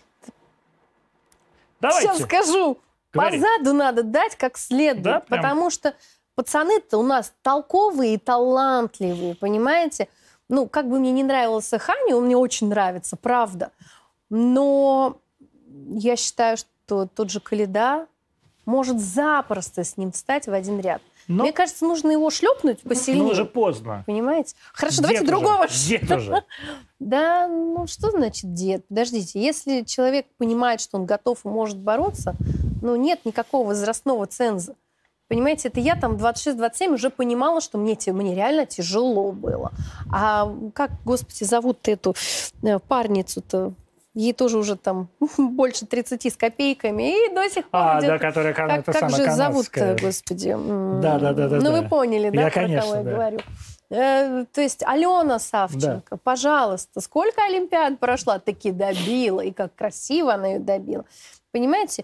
Давайте. Сейчас скажу. Говори. По заду надо дать как следует, Да, прям? потому что пацаны-то у нас толковые и талантливые, понимаете? Ну, как бы мне не нравился Ханя, он мне очень нравится, правда. Но я считаю, что тот же Коляда может запросто с ним встать в один ряд. Но... Мне кажется, нужно его шлепнуть посильнее. Ну, уже поздно. Понимаете? Хорошо, Дед давайте другого. Дед уже. Да, ну что значит дед? Подождите, если человек понимает, что он готов и может бороться, ну нет никакого возрастного ценза. Понимаете, это я там 26-27 уже понимала, что мне реально тяжело было. А как, господи, зовут эту парницу-то? Ей тоже уже там больше 30 с копейками, и до сих пор да, которая как же зовут-то, господи? Да. Ну, вы поняли, да, про конечно, кого я да. говорю. То есть Алена Савченко, пожалуйста, сколько олимпиад прошла, таки добила, и как красиво она ее добила. Понимаете,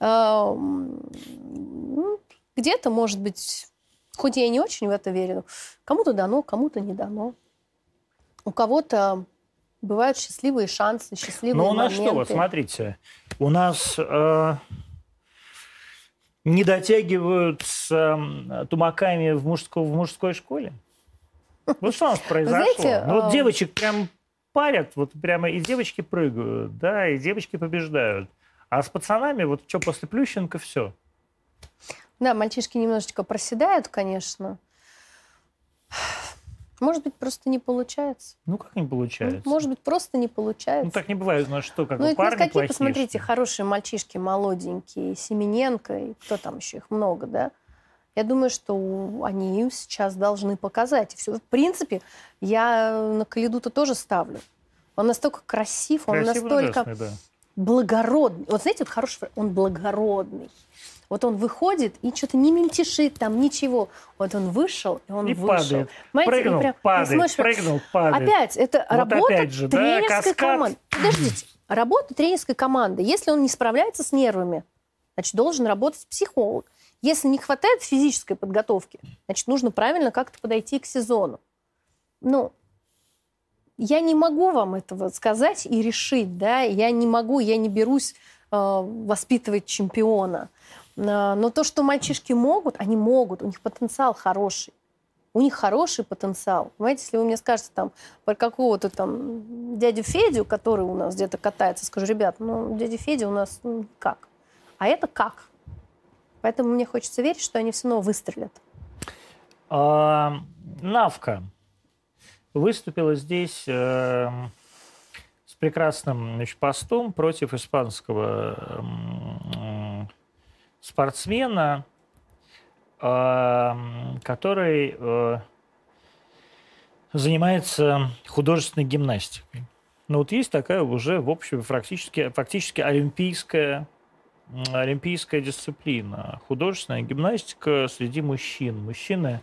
где-то, может быть, хоть я и не очень в это верю, кому-то дано, кому-то не дано. У кого-то бывают счастливые шансы, счастливые моменты. Ну, у нас что, вот смотрите, у нас не дотягивают с тумаками в мужской школе. Вот что у нас произошло? Знаете, ну, вот девочек прям парят, вот прямо и девочки прыгают, да, и девочки побеждают. А с пацанами, вот что, после Плющенко все. Да, мальчишки немножечко проседают, конечно. Может быть, просто не получается. Ну, как не получается? Может быть, просто не получается. Ну, так не бывает. Ну, что, как Ну, это парни какие, плохие, посмотрите, что ли? хорошие мальчишки, молоденькие, Семененко, и кто там еще, их много, да? Я думаю, что они сейчас должны показать. И все. В принципе, я на Коляду-то тоже ставлю. Он настолько красив, он настолько ужасный, да. благородный. Вот знаете, вот хороший, он благородный. Вот он выходит и что-то не мельтешит там, ничего. Вот он вышел, и он вышел. Падает. Понимаете, Прыгнул, прям, падает, смотришь, прыгнул, падает. Опять, это Вот работа опять же, да, тренерской каскад. команды. Подождите, работа тренерской команды. Если он не справляется с нервами, значит, должен работать психолог. Если не хватает физической подготовки, значит, нужно правильно как-то подойти к сезону. Ну, я не могу вам этого сказать и решить, да, я не берусь воспитывать чемпиона. Но то, что мальчишки могут, они могут, у них потенциал хороший. У них хороший потенциал. Понимаете, если вы мне скажете там про какого-то там дядю Федю, который у нас где-то катается, скажу, ребят, ну, дядя Федя у нас как? А это как? Поэтому мне хочется верить, что они все равно выстрелят. Навка выступила здесь с прекрасным, значит, постом против испанского спортсмена, который занимается художественной гимнастикой. Ну вот есть такая уже, в общем, фактически олимпийская дисциплина. Художественная гимнастика среди мужчин. Мужчины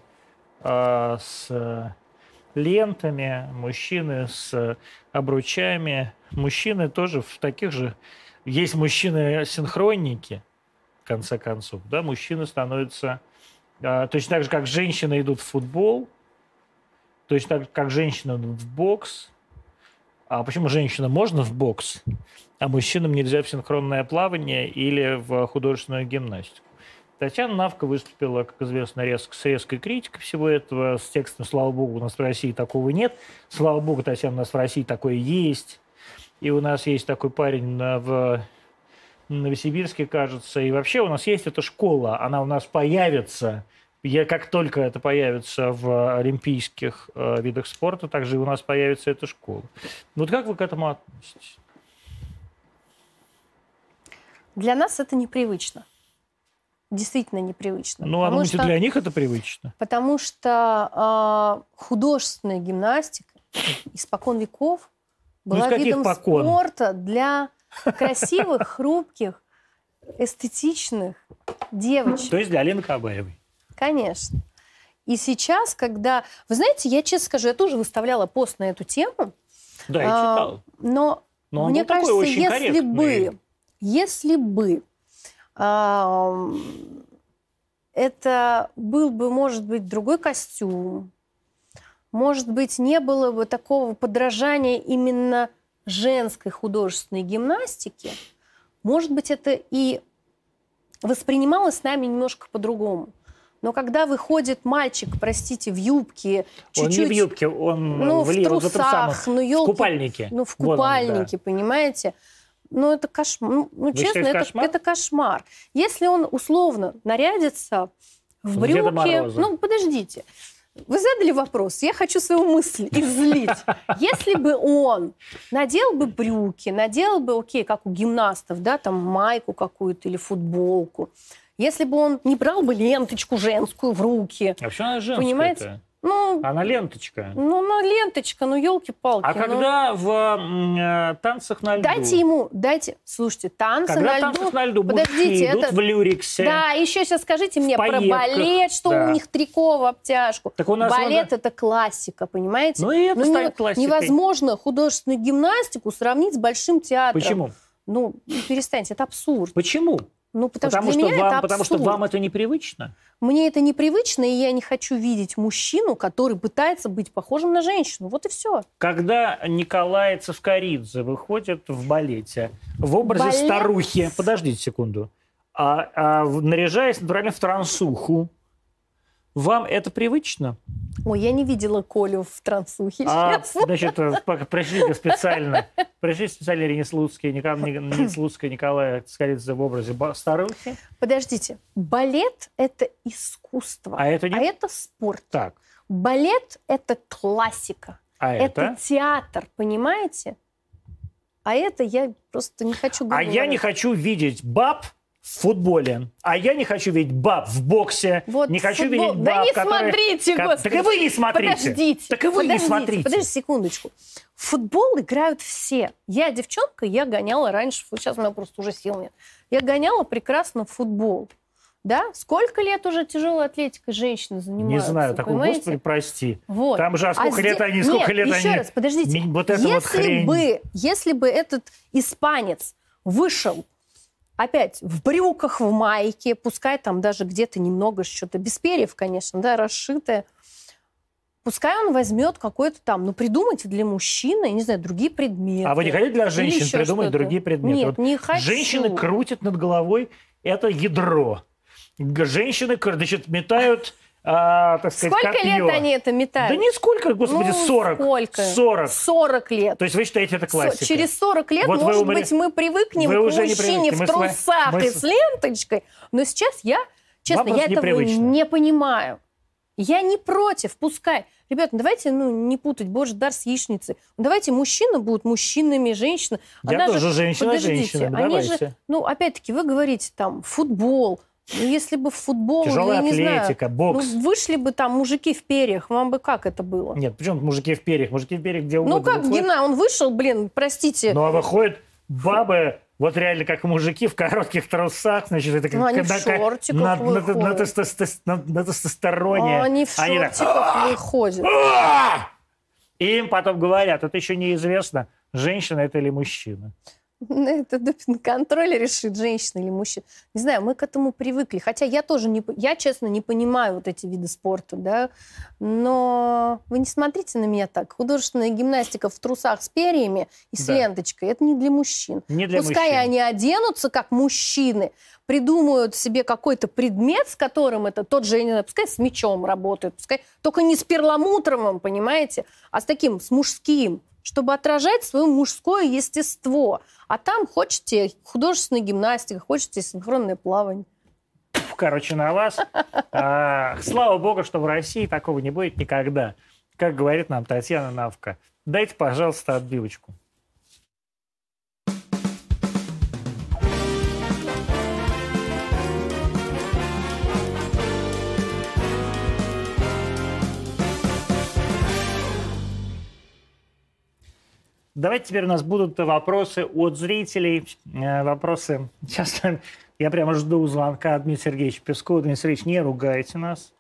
с лентами, мужчины с обручами, мужчины тоже в таких же... Есть мужчины-синхронники, в конце концов. Да? Мужчины становятся... Точно так же, как женщины идут в футбол, точно так же, как женщины идут в бокс. А почему женщинам можно в бокс, а мужчинам нельзя в синхронное плавание или в художественную гимнастику? Татьяна Навка выступила, как известно, с резкой критикой всего этого, с текстом «Слава Богу, у нас в России такого нет». Слава Богу, Татьяна, у нас в России такое есть. И у нас есть такой парень в Новосибирске, кажется. И вообще у нас есть эта школа. Она у нас появится Как только это появится в олимпийских видах спорта, также и у нас появится эта школа. Вот как вы к этому относитесь? Для нас это непривычно. Действительно непривычно. Ну, а думаете, для них это привычно? Потому что художественная гимнастика испокон веков была видом спорта для красивых, хрупких, эстетичных девочек. То есть для Алены Кабаевой. Конечно. И сейчас, когда... Вы знаете, я честно скажу, я тоже выставляла пост на эту тему. Да, я читал. Но мне кажется, если бы это был бы, может быть, другой костюм, может быть, не было бы такого подражания именно женской художественной гимнастике, может быть, это и воспринималось нами немножко по-другому. Но когда выходит мальчик, простите, в юбке, чуть-чуть... Он не в юбке, он в трусах, в купальнике. Ну, в купальнике, да. Понимаете? Ну, это кошмар. Ну, честно, это кошмар. Если он условно нарядится в брюки... Ну, подождите. Вы задали вопрос, я хочу свою мысль излить. Если бы он надел бы брюки, надел бы, окей, как у гимнастов, да, там майку какую-то или футболку, если бы он не брал бы ленточку женскую в руки. А почему она женская-то? Понимаете? Ну, она ленточка. Ну, ленточка, ну, елки-палки. А когда в танцах на льду? Дайте, слушайте, танцы когда на льду. Танцах на льду Подождите, идут в люрексе. Да, еще сейчас скажите мне про балет, что у них трико в обтяжку. Так у нас балет это классика, понимаете? Ну и это станет классикой. Невозможно художественную гимнастику сравнить с большим театром. Почему? Ну, перестаньте, это абсурд. Почему? Ну, потому что вам это непривычно? Мне это непривычно, и я не хочу видеть мужчину, который пытается быть похожим на женщину. Вот и все. Когда Николай Цискоридзе выходит в балете в образе старухи, подождите секунду, наряжаясь натурально в трансуху, вам это привычно? Ой, я не видела Колю в трансухе, честно. Значит, пришли специально Ирина Слуцкая, Николая Цискоридзе в образе старухи. Подождите, балет – это искусство, а это спорт. Так. Балет – это классика, это театр, понимаете? А это я просто не хочу говорить. А я не хочу видеть баб в футболе. А я не хочу видеть баб в боксе. Вот не хочу видеть баб, да не смотрите, господи. Так и вы не смотрите. Подождите. Так и вы не смотрите. Подождите секундочку. В футбол играют все. Я девчонка, я гоняла раньше. Сейчас у меня просто уже сил нет. Я гоняла прекрасно в футбол. Да? Сколько лет уже тяжелой атлетикой женщины занимаются? Не знаю, такой, понимаете? Господи, прости. Вот. Там же, сколько лет они, сколько лет еще они... раз, подождите. Вот это Если бы этот испанец вышел опять в брюках, в майке, пускай там даже где-то немного что-то без перьев, конечно, да, расшитое. Пускай он возьмет какой-то там, ну, придумайте для мужчины, я не знаю, другие предметы. А вы не хотите для женщин придумать другие предметы? Нет, не хочу. Женщины крутят над головой это ядро. Женщины, значит, метают... так сказать, сколько копье. лет они это метают? Да нисколько, господи, 40. Сколько? 40 лет. То есть вы считаете, это классика? Через 40 лет, вот может быть, мы привыкнем к мужчине в трусах и с ленточкой. Но сейчас я, честно, я этого не понимаю. Я не против, пускай. Ребята, давайте не путать божий дар с яичницей. Давайте мужчины будут мужчинами, женщины. Я тоже женщина, давайте. Опять-таки, вы говорите, там, футбол. Ну, если бы в футбол, тяжелая я не атлетика, знаю, бокс. Вышли бы там мужики в перьях, вам бы как это было? Нет, почему мужики в перьях? Мужики в перьях где угодно. Ну, как Гена, он вышел, простите. Ну, а выходят бабы, вот реально как мужики в коротких трусах, значит, это как... они в шортиках выходят. На тестостероне. Они в шортиках выходят. И им потом говорят, это еще неизвестно, женщина это или мужчина. Это допинг-контроль решит, женщина или мужчина. Не знаю, мы к этому привыкли. Хотя я тоже, я честно не понимаю вот эти виды спорта, да. Но вы не смотрите на меня так. Художественная гимнастика в трусах с перьями и с ленточкой, это не для мужчин. Не для Пускай мужчин. они оденутся как мужчины, придумают себе какой-то предмет, с которым это тот же, пускай с мечом работают, пускай только не с перламутровым, понимаете, а с таким, с мужским, чтобы отражать свое мужское естество. А там хотите художественная гимнастика, хотите синхронное плавание. короче, на вас. Слава богу, что в России такого не будет никогда. Как говорит нам Татьяна Навка. Дайте, пожалуйста, отбивочку. Давайте теперь у нас будут вопросы от зрителей. Вопросы. Сейчас я прямо жду звонка от Дмитрия Сергеевича Пескова. Дмитрий Сергеевич, не ругайте нас.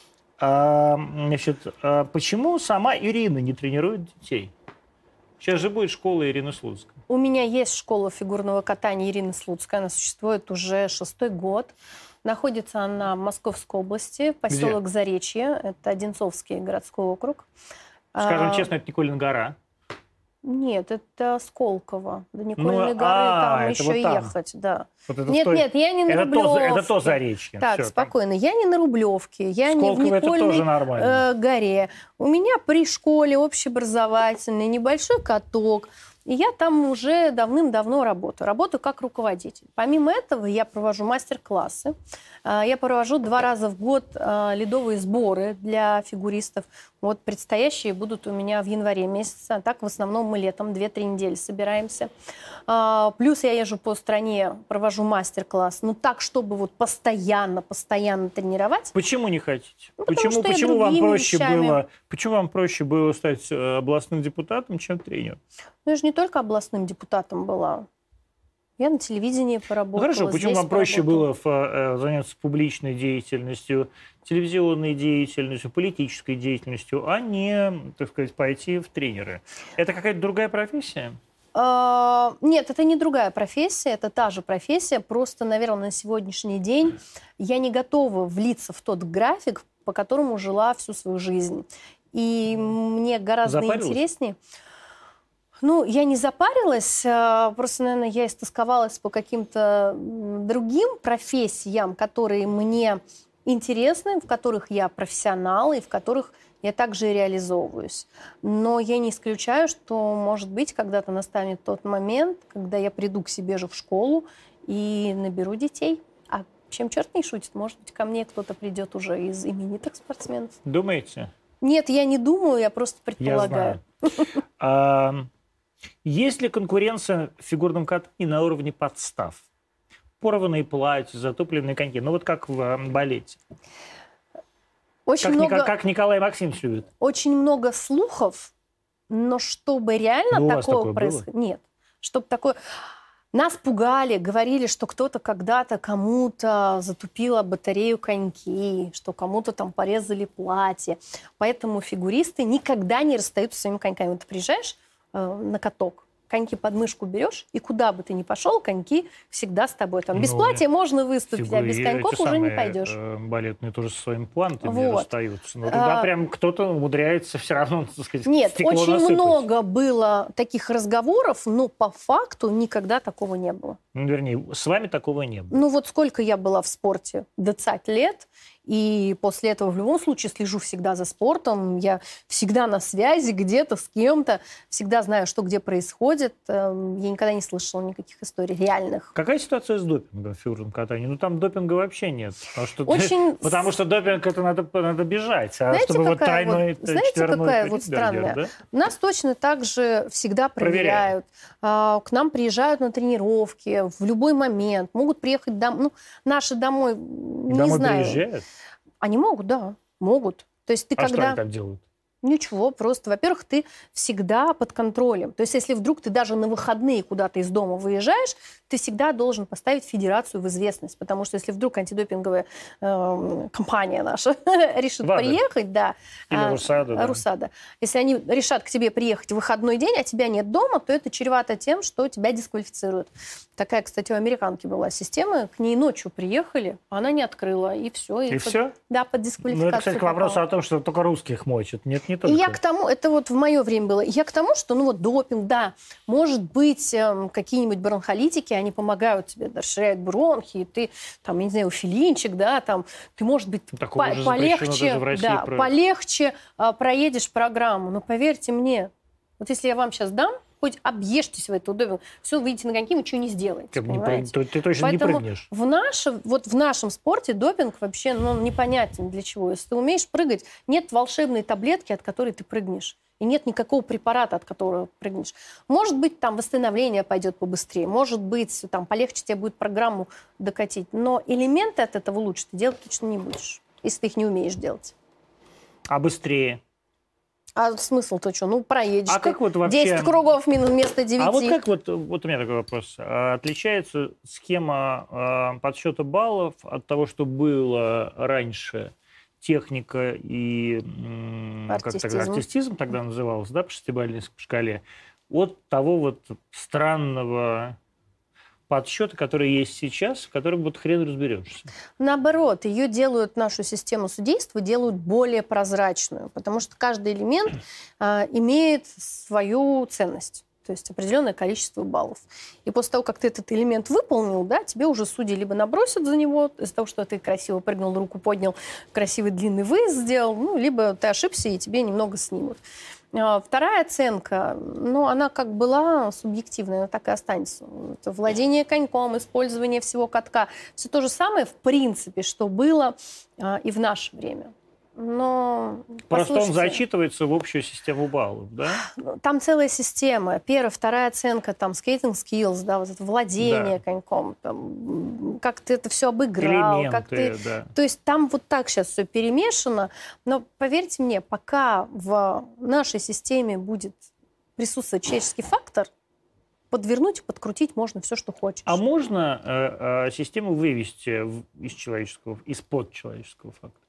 Значит, почему сама Ирина не тренирует детей? Сейчас же будет школа Ирины Слуцкой. У меня есть школа фигурного катания Ирины Слуцкой. Она существует уже 6-й год. Находится она в Московской области, поселок Заречье. Это Одинцовский городской округ. Скажем честно, это Николина гора. Нет, это Сколково. До Никольной горы там еще вот там ехать. Да. Вот нет, я не на Рублевке. Это то Заречье. Так, все, спокойно. Там. Я не на Рублевке, я Сколково не в Никольной горе. У меня при школе общеобразовательный небольшой каток. И я там уже давным-давно работаю. Работаю как руководитель. Помимо этого я провожу мастер-классы. Я провожу 2 раза в год ледовые сборы для фигуристов. Вот предстоящие будут у меня в январе месяце. Так в основном мы летом 2-3 недели собираемся. Плюс я езжу по стране, провожу мастер-класс. Ну так, чтобы вот постоянно тренировать. Почему не хотите? Ну, почему вам проще было стать областным депутатом, чем тренером? Ну, я же не только областным депутатом была. Я на телевидении поработала. Хорошо, почему вам проще было заняться публичной деятельностью, телевизионной деятельностью, политической деятельностью, а не, так сказать, пойти в тренеры? Это какая-то другая профессия? Нет, это не другая профессия, это та же профессия. Просто, наверное, на сегодняшний день я не готова влиться в тот график, по которому жила всю свою жизнь. И мне гораздо интереснее... Ну, я не запарилась, просто, наверное, я истосковалась по каким-то другим профессиям, которые мне интересны, в которых я профессионал и в которых я также реализовываюсь. Но я не исключаю, что, может быть, когда-то настанет тот момент, когда я приду к себе же в школу и наберу детей. А чем черт не шутит, может быть, ко мне кто-то придет уже из именитых спортсменов. Думаете? Нет, я не думаю, я просто предполагаю. Я знаю. Есть ли конкуренция в фигурном катании на уровне подстав? Порванные платья, затопленные коньки. Ну вот как в балете. Как Николай Максимович любит. Очень много слухов, но чтобы реально такое происходило... Нет. Чтобы такое... Нас пугали, говорили, что кто-то когда-то кому-то затупила батарею коньки, что кому-то там порезали платье. Поэтому фигуристы никогда не расстаются со своими коньками. Вот ты приезжаешь на каток, коньки под мышку берешь, и куда бы ты ни пошел, коньки всегда с тобой. Там без платья можно выступить, а без коньков уже не пойдешь. Балетные тоже со своими плантами расстаются. Но тогда прям кто-то умудряется все равно, так сказать, нет, стекло очень насыпать. много было таких разговоров, но по факту никогда такого не было. Ну, вернее, с вами такого не было. Ну вот сколько я была в спорте? 20 лет. И после этого в любом случае слежу всегда за спортом. Я всегда на связи где-то с кем-то. Всегда знаю, что где происходит. Я никогда не слышала никаких историй реальных. Какая ситуация с допингом в фигурном катании? Ну там допинга вообще нет. Потому что допинг это надо бежать. А знаете, чтобы вот тройной, знаете, какая вот странная? Да? Нас точно так же всегда проверяют. К нам приезжают на тренировки в любой момент. Могут приехать домой. Ну, наши домой, не знаю. Приезжают? Они могут, да, могут. То есть ты когда... что они так делают? Ничего, просто, во-первых, ты всегда под контролем. То есть если вдруг ты даже на выходные куда-то из дома выезжаешь, ты всегда должен поставить федерацию в известность. Потому что если вдруг антидопинговая компания наша решит приехать, да, или Русада, Русада, если они решат к тебе приехать в выходной день, а тебя нет дома, то это чревато тем, что тебя дисквалифицируют. Такая, кстати, у американки была система. К ней ночью приехали, а она не открыла, и все. И все? Да, под дисквалификацию. Ну, это, кстати, к вопросу о том, что только русских мочат. Нет, не только. И я к тому, это вот в мое время было, я к тому, что, ну вот допинг, да, может быть, какие-нибудь бронхолитики, они помогают тебе, расширяют бронхи, и ты, там, я не знаю, филинчик, да, там, ты, может быть, полегче проедешь программу. Но поверьте мне, вот если я вам сейчас дам хоть объешьтесь в эту допинг. Все, выйдете на коньки, вы ничего не сделаете. Ты точно Поэтому не прыгнешь. в нашем спорте допинг вообще непонятен для чего. Если ты умеешь прыгать, нет волшебной таблетки, от которой ты прыгнешь. И нет никакого препарата, от которого прыгнешь. Может быть, там восстановление пойдет побыстрее. Может быть, там полегче тебе будет программу докатить. Но элементы от этого лучше ты делать точно не будешь, если ты их не умеешь делать. А быстрее? А смысл-то что? Ну, проедешь А ты. как вот вообще... 10 кругов вместо 9. А вот как вот у меня такой вопрос. Отличается схема подсчета баллов от того, что было раньше? Техника и артистизм тогда называлось, да, по 6-бальной шкале, от того вот странного подсчета, который есть сейчас, в котором вот хрен разберешься. Наоборот, ее делают, нашу систему судейства делают более прозрачную, потому что каждый элемент имеет свою ценность. То есть определенное количество баллов. И после того, как ты этот элемент выполнил, да, тебе уже судьи либо набросят за него, из-за того, что ты красиво прыгнул, руку поднял, красивый длинный выезд сделал, ну, либо ты ошибся, и тебе немного снимут. Вторая оценка, ну, она как была субъективная, она так и останется. Это владение коньком, использование всего катка. Все то же самое, в принципе, что было и в наше время. Но, просто он зачитывается в общую систему баллов, да? Там целая система. Первая, вторая оценка, там, skating skills, да, вот это владение коньком, там, как ты это все обыграл. Элементы, как ты... да. То есть там вот так сейчас все перемешано. Но поверьте мне, пока в нашей системе будет присутствовать человеческий фактор, подвернуть и подкрутить можно все, что хочешь. А можно систему вывести из подчеловеческого фактора?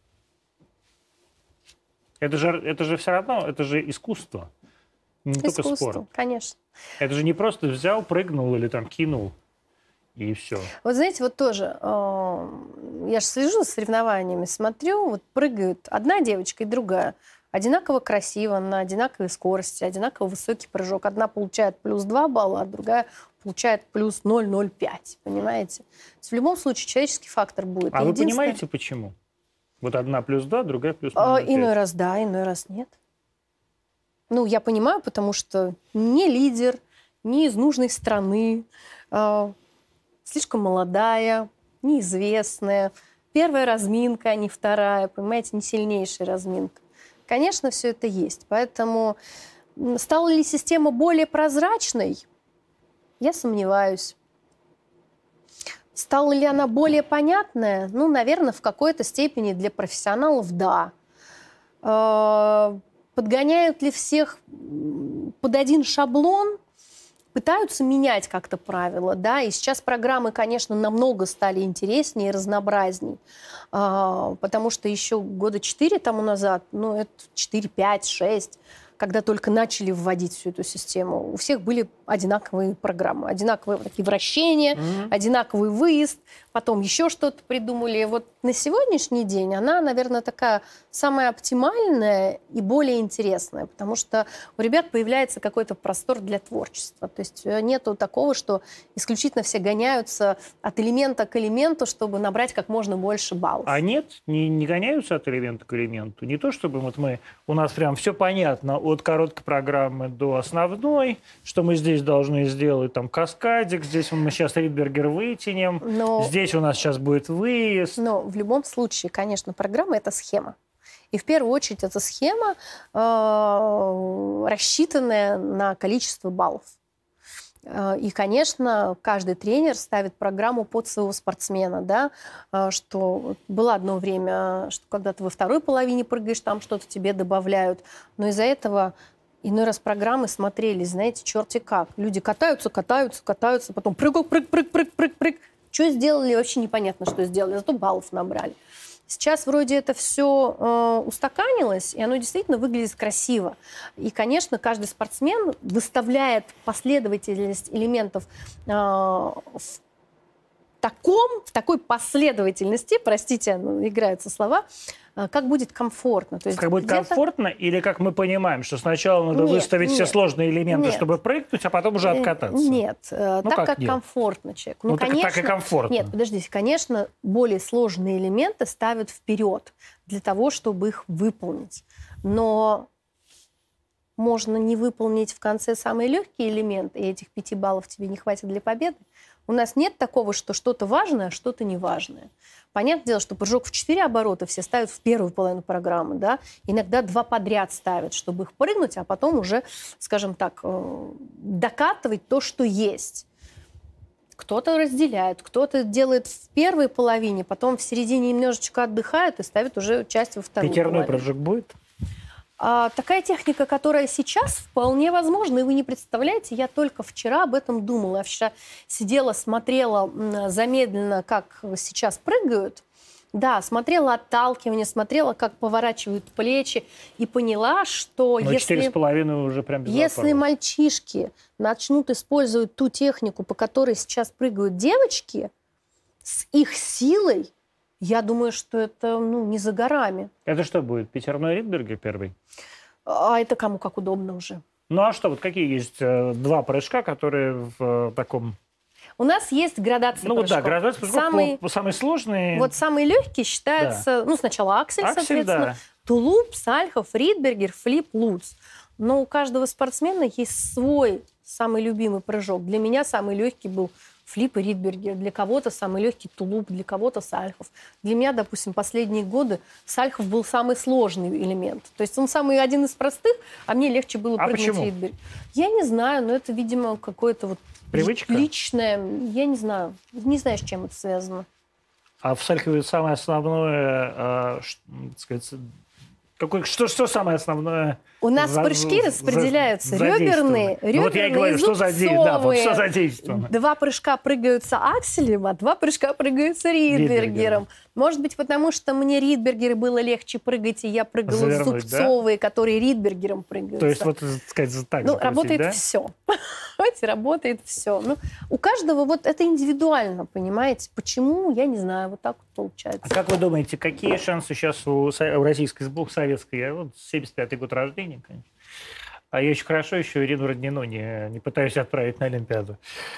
Это же все равно, это же искусство. Не только спорт. Конечно. Это же не просто взял, прыгнул или там кинул, и все. Вот знаете, вот тоже, я же слежу за соревнованиями, смотрю, вот прыгают одна девочка и другая. Одинаково красиво, на одинаковой скорости, одинаково высокий прыжок. Одна получает плюс 2 балла, а другая получает плюс 0,05. Понимаете? То есть в любом случае человеческий фактор будет. А вы понимаете, почему? Вот одна плюс 2, другая плюс 0,05. Иной раз да, иной раз нет. Ну, я понимаю, потому что не лидер, не из нужной страны, слишком молодая, неизвестная. Первая разминка, а не вторая, понимаете, не сильнейшая разминка. Конечно, все это есть. Поэтому стала ли система более прозрачной? Я сомневаюсь. Стала ли она более понятная? Ну, наверное, в какой-то степени для профессионалов – да. Подгоняют ли всех под один шаблон? Пытаются менять как-то правила, да, и сейчас программы, конечно, намного стали интереснее и разнообразней, потому что еще года 4 тому назад, ну, это 4, 5, 6, когда только начали вводить всю эту систему, у всех были одинаковые программы, одинаковые такие вращения, одинаковый выезд, потом еще что-то придумали. Вот на сегодняшний день она, наверное, такая самая оптимальная и более интересная, потому что у ребят появляется какой-то простор для творчества. То есть нету такого, что исключительно все гоняются от элемента к элементу, чтобы набрать как можно больше баллов. А нет, не гоняются от элемента к элементу. Не то, чтобы вот у нас прям все понятно от короткой программы до основной, что мы здесь должны сделать, там, каскадик, здесь мы сейчас Ридбергер вытянем, здесь у нас сейчас будет выезд. Но в любом случае, конечно, программа – это схема. И в первую очередь эта схема рассчитанная на количество баллов. И, конечно, каждый тренер ставит программу под своего спортсмена, да, что было одно время, что когда ты во второй половине прыгаешь, там что-то тебе добавляют, но из-за этого иной раз программы смотрелись, знаете, черти как. Люди катаются, потом прыг. Что сделали, вообще непонятно, что сделали, зато баллов набрали. Сейчас вроде это все устаканилось, и оно действительно выглядит красиво. И, конечно, каждый спортсмен выставляет последовательность элементов в такой последовательности, простите, играются слова, как будет комфортно. То есть как будет комфортно, или как мы понимаем, что сначала надо выставить все сложные элементы, чтобы прыгнуть, а потом уже откататься? Нет, так как комфортно человеку. Ну, конечно, так и комфортно. Нет, подождите, конечно, более сложные элементы ставят вперед для того, чтобы их выполнить. Но можно не выполнить в конце самый легкий элемент, и этих 5 баллов тебе не хватит для победы. У нас нет такого, что что-то важное, а что-то неважное. Понятное дело, что прыжок в 4 оборота все ставят в первую половину программы, да? Иногда 2 подряд ставят, чтобы их прыгнуть, а потом уже, скажем так, докатывать то, что есть. Кто-то разделяет, кто-то делает в первой половине, потом в середине немножечко отдыхает и ставит уже часть во вторую Пятерной половину. прыжок будет? Такая техника, которая сейчас вполне возможна, и вы не представляете, я только вчера об этом думала. Я вчера сидела, смотрела замедленно, как сейчас прыгают. Да, смотрела отталкивание, смотрела, как поворачивают плечи, и поняла, что если 4,5 уже прям без если вопросов. мальчишки начнут использовать ту технику, по которой сейчас прыгают девочки, с их силой, я думаю, что это не за горами. Это что будет? Пятерной Ридбергер первый? А это кому как удобно уже. Ну а что, вот какие есть 2 прыжка, которые в таком... У нас есть градация Ну вот да, прыжков. градация прыжков самый сложный. Вот самый легкий считается, сначала аксель, соответственно, да. тулуп, сальхов, ридбергер, флип, луц. Но у каждого спортсмена есть свой самый любимый прыжок. Для меня самый легкий был флип и ридбергер. Для кого-то самый легкий тулуп, для кого-то сальхов. Для меня, допустим, последние годы сальхов был самый сложный элемент. То есть он один из простых, а мне легче было прыгнуть почему? ридбергер. Я не знаю, но это, видимо, какое-то вот Привычка? личное. Я не знаю. Не знаю, с чем это связано. А в Сальхове самое основное, что самое основное? У нас прыжки распределяются. Реберные, Ну, вот я и говорю, что зубцовые. задействовано. 2 прыжка прыгаются акселем, а 2 прыжка прыгаются ридбергером. Может быть, потому что мне ридбергеры было легче прыгать, и я прыгала Завернуть, зубцовые, которые ридбергером прыгаются. То есть, вот, сказать, так работает да? все. Работает все. У каждого вот это индивидуально, понимаете? Почему, я не знаю, вот так вот получается. А как вы думаете, какие шансы сейчас у российской сборной, советской, я 75-й год рождения, конечно. А я очень хорошо еще Ирину Роднину не пытаюсь отправить на Олимпиаду.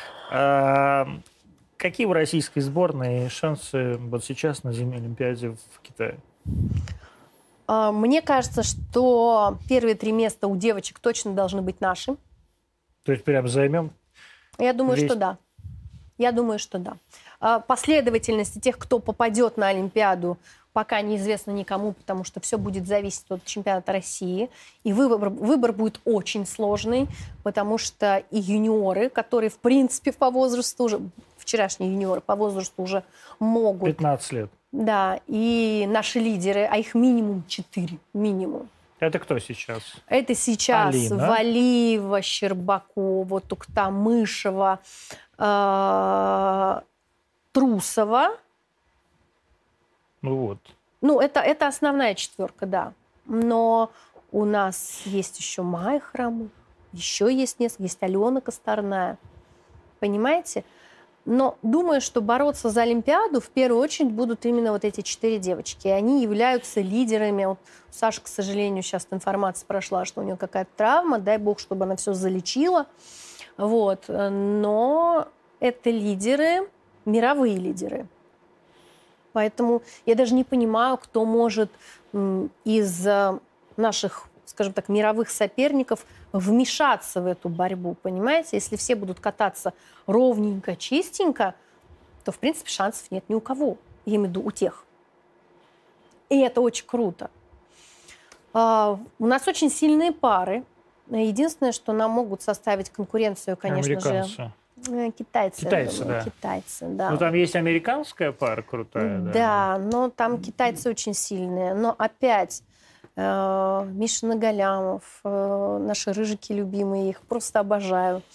Какие у российской сборной шансы вот сейчас на зимней Олимпиаде в Китае? Мне кажется, что первые 3 места у девочек точно должны быть наши. То есть прям займем? Я думаю, Весь. что да. Я думаю, что да. Последовательности тех, кто попадет на Олимпиаду, пока неизвестно никому, потому что все будет зависеть от чемпионата России. И выбор будет очень сложный, потому что и юниоры, которые, в принципе, по возрасту уже, вчерашние юниоры по возрасту уже могут. 15 лет. Да, и наши лидеры, а их минимум 4, минимум. Это кто сейчас? Это сейчас Алина. Валиева, Щербакова, Туктамышева, Трусова. Ну вот. Это основная 4, да. Но у нас есть еще Майя Храмова, еще есть несколько, есть Алена Косторная. Понимаете? Но думаю, что бороться за Олимпиаду в первую очередь будут именно вот эти 4 девочки. И они являются лидерами. Вот Саша, к сожалению, сейчас информация прошла, что у нее какая-то травма. Дай бог, чтобы она все залечила. Вот. Но это лидеры, мировые лидеры. Поэтому я даже не понимаю, кто может из наших, скажем так, мировых соперников вмешаться в эту борьбу, понимаете? Если все будут кататься ровненько, чистенько, то, в принципе, шансов нет ни у кого. Я имею в виду у тех. И это очень круто. У нас очень сильные пары. Единственное, что нам могут составить конкуренцию, конечно же, китайцы. Китайцы, да. Китайцы, да. Ну, там есть американская пара крутая. Да, но там китайцы очень сильные. Но опять Миша Нагалямов, наши рыжики любимые, их просто обожаю.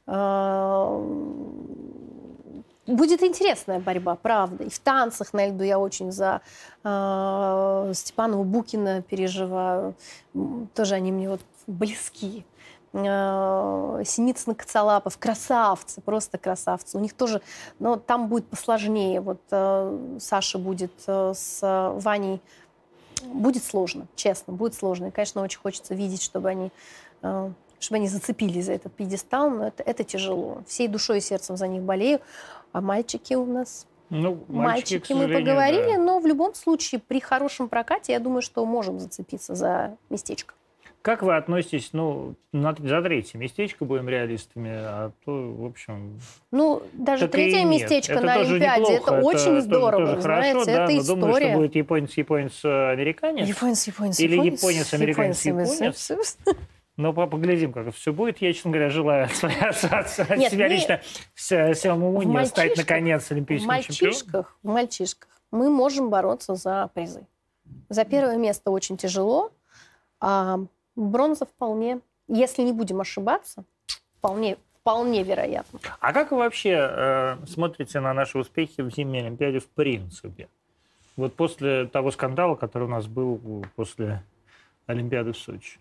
Будет интересная борьба, правда. И в танцах на льду я очень за Степанова Букина переживаю. Тоже они мне вот близки. Синицын, Коцалапов, красавцы, просто красавцы. У них тоже, но там будет посложнее. Вот Саша будет с Ваней. Будет сложно, честно, будет сложно. И, конечно, очень хочется видеть, чтобы они зацепились за этот пьедестал, но это тяжело. Всей душой и сердцем за них болею. А мальчики у нас... Ну, мальчики мы поговорили, да. но в любом случае при хорошем прокате, я думаю, что можем зацепиться за местечко. Как вы относитесь, за третье местечко, будем реалистами, а то, в общем... Ну, даже так и третье нет. местечко Это на тоже Олимпиаде, неплохо, это очень здорово, тоже хорошо, знаете, да, это но история. думаю, что будет японец-американец. Японец. Или японец-американец-японец. Но поглядим, как это все будет. Я, честно говоря, желаю от себя лично Сему Муни стать, наконец, олимпийским чемпионом. В мальчишках мы можем бороться за призы. За первое место очень тяжело, а бронза вполне, если не будем ошибаться, вполне вероятно. А как вы вообще смотрите на наши успехи в зимней Олимпиаде в принципе? Вот после того скандала, который у нас был после Олимпиады в Сочи.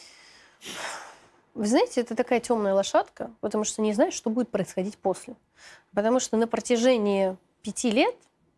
Вы знаете, это такая темная лошадка, потому что не знаешь, что будет происходить после. Потому что на протяжении 5 лет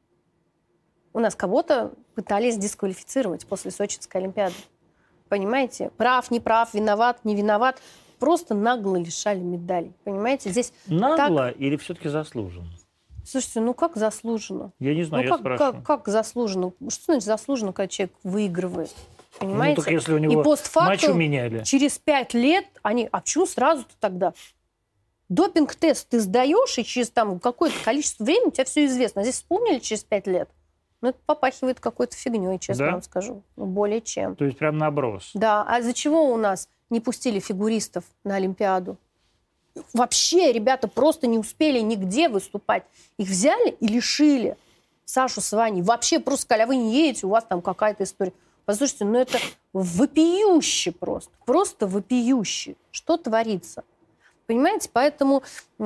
у нас кого-то пытались дисквалифицировать после Сочинской Олимпиады. Понимаете? Прав, не прав, виноват, не виноват. Просто нагло лишали медалей. Понимаете? Здесь нагло или все-таки заслуженно? Слушайте, как заслуженно? Я не знаю, я спрашиваю. Как заслуженно? Что значит заслуженно, когда человек выигрывает? Понимаете? Так если у него и постфактум, меняли. Через 5 лет они... А почему сразу-то тогда? Допинг-тест ты сдаешь, и через какое-то количество времени у тебя все известно. А здесь вспомнили через 5 лет. Это попахивает какой-то фигней, честно вам скажу. Более чем. То есть прям наброс. Да. А из-за чего у нас не пустили фигуристов на Олимпиаду? Вообще ребята просто не успели нигде выступать. Их взяли и лишили. Сашу с Ваней. Вообще просто сказали, а вы не едете, у вас там какая-то история. Послушайте, это вопиюще просто. Просто вопиюще. Что творится? Понимаете? Поэтому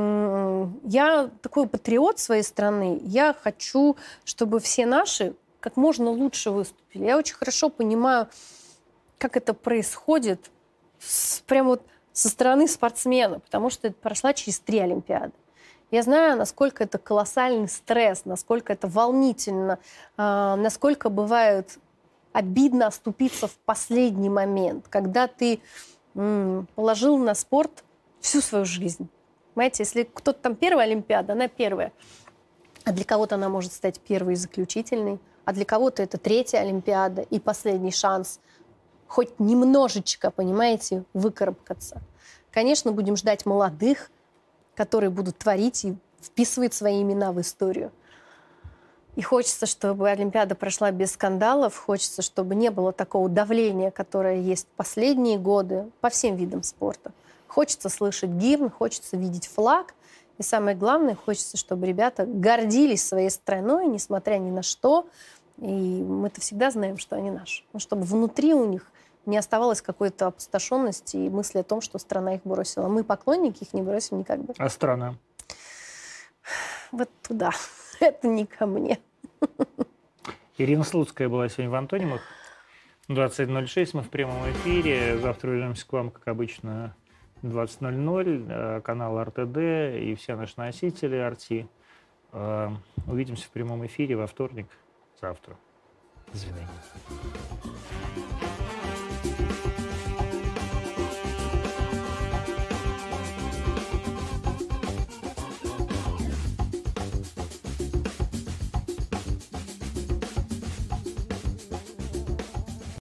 я такой патриот своей страны. Я хочу, чтобы все наши как можно лучше выступили. Я очень хорошо понимаю, как это происходит прямо со стороны спортсмена, потому что это прошла через 3 Олимпиады. Я знаю, насколько это колоссальный стресс, насколько это волнительно, насколько бывает обидно оступиться в последний момент, когда ты положил на спорт всю свою жизнь. Понимаете, если кто-то там первая Олимпиада, она первая. А для кого-то она может стать первой и заключительной, а для кого-то это 3-я Олимпиада и последний шанс хоть немножечко, понимаете, выкарабкаться. Конечно, будем ждать молодых, которые будут творить и вписывать свои имена в историю. И хочется, чтобы Олимпиада прошла без скандалов, хочется, чтобы не было такого давления, которое есть в последние годы по всем видам спорта. Хочется слышать гимн, хочется видеть флаг. И самое главное, хочется, чтобы ребята гордились своей страной, несмотря ни на что. И мы-то всегда знаем, что они наши. Но чтобы внутри у них не оставалось какой-то опустошенности и мысли о том, что страна их бросила. Мы, поклонники, их не бросим никогда. А страна? Вот туда. Это не ко мне. Ирина Слуцкая была сегодня в Антонимах. 21:06 мы в прямом эфире. Завтра вернемся к вам, как обычно, 20:00. Канал РТД и все наши носители RT. Увидимся в прямом эфире во вторник, завтра. До свидания.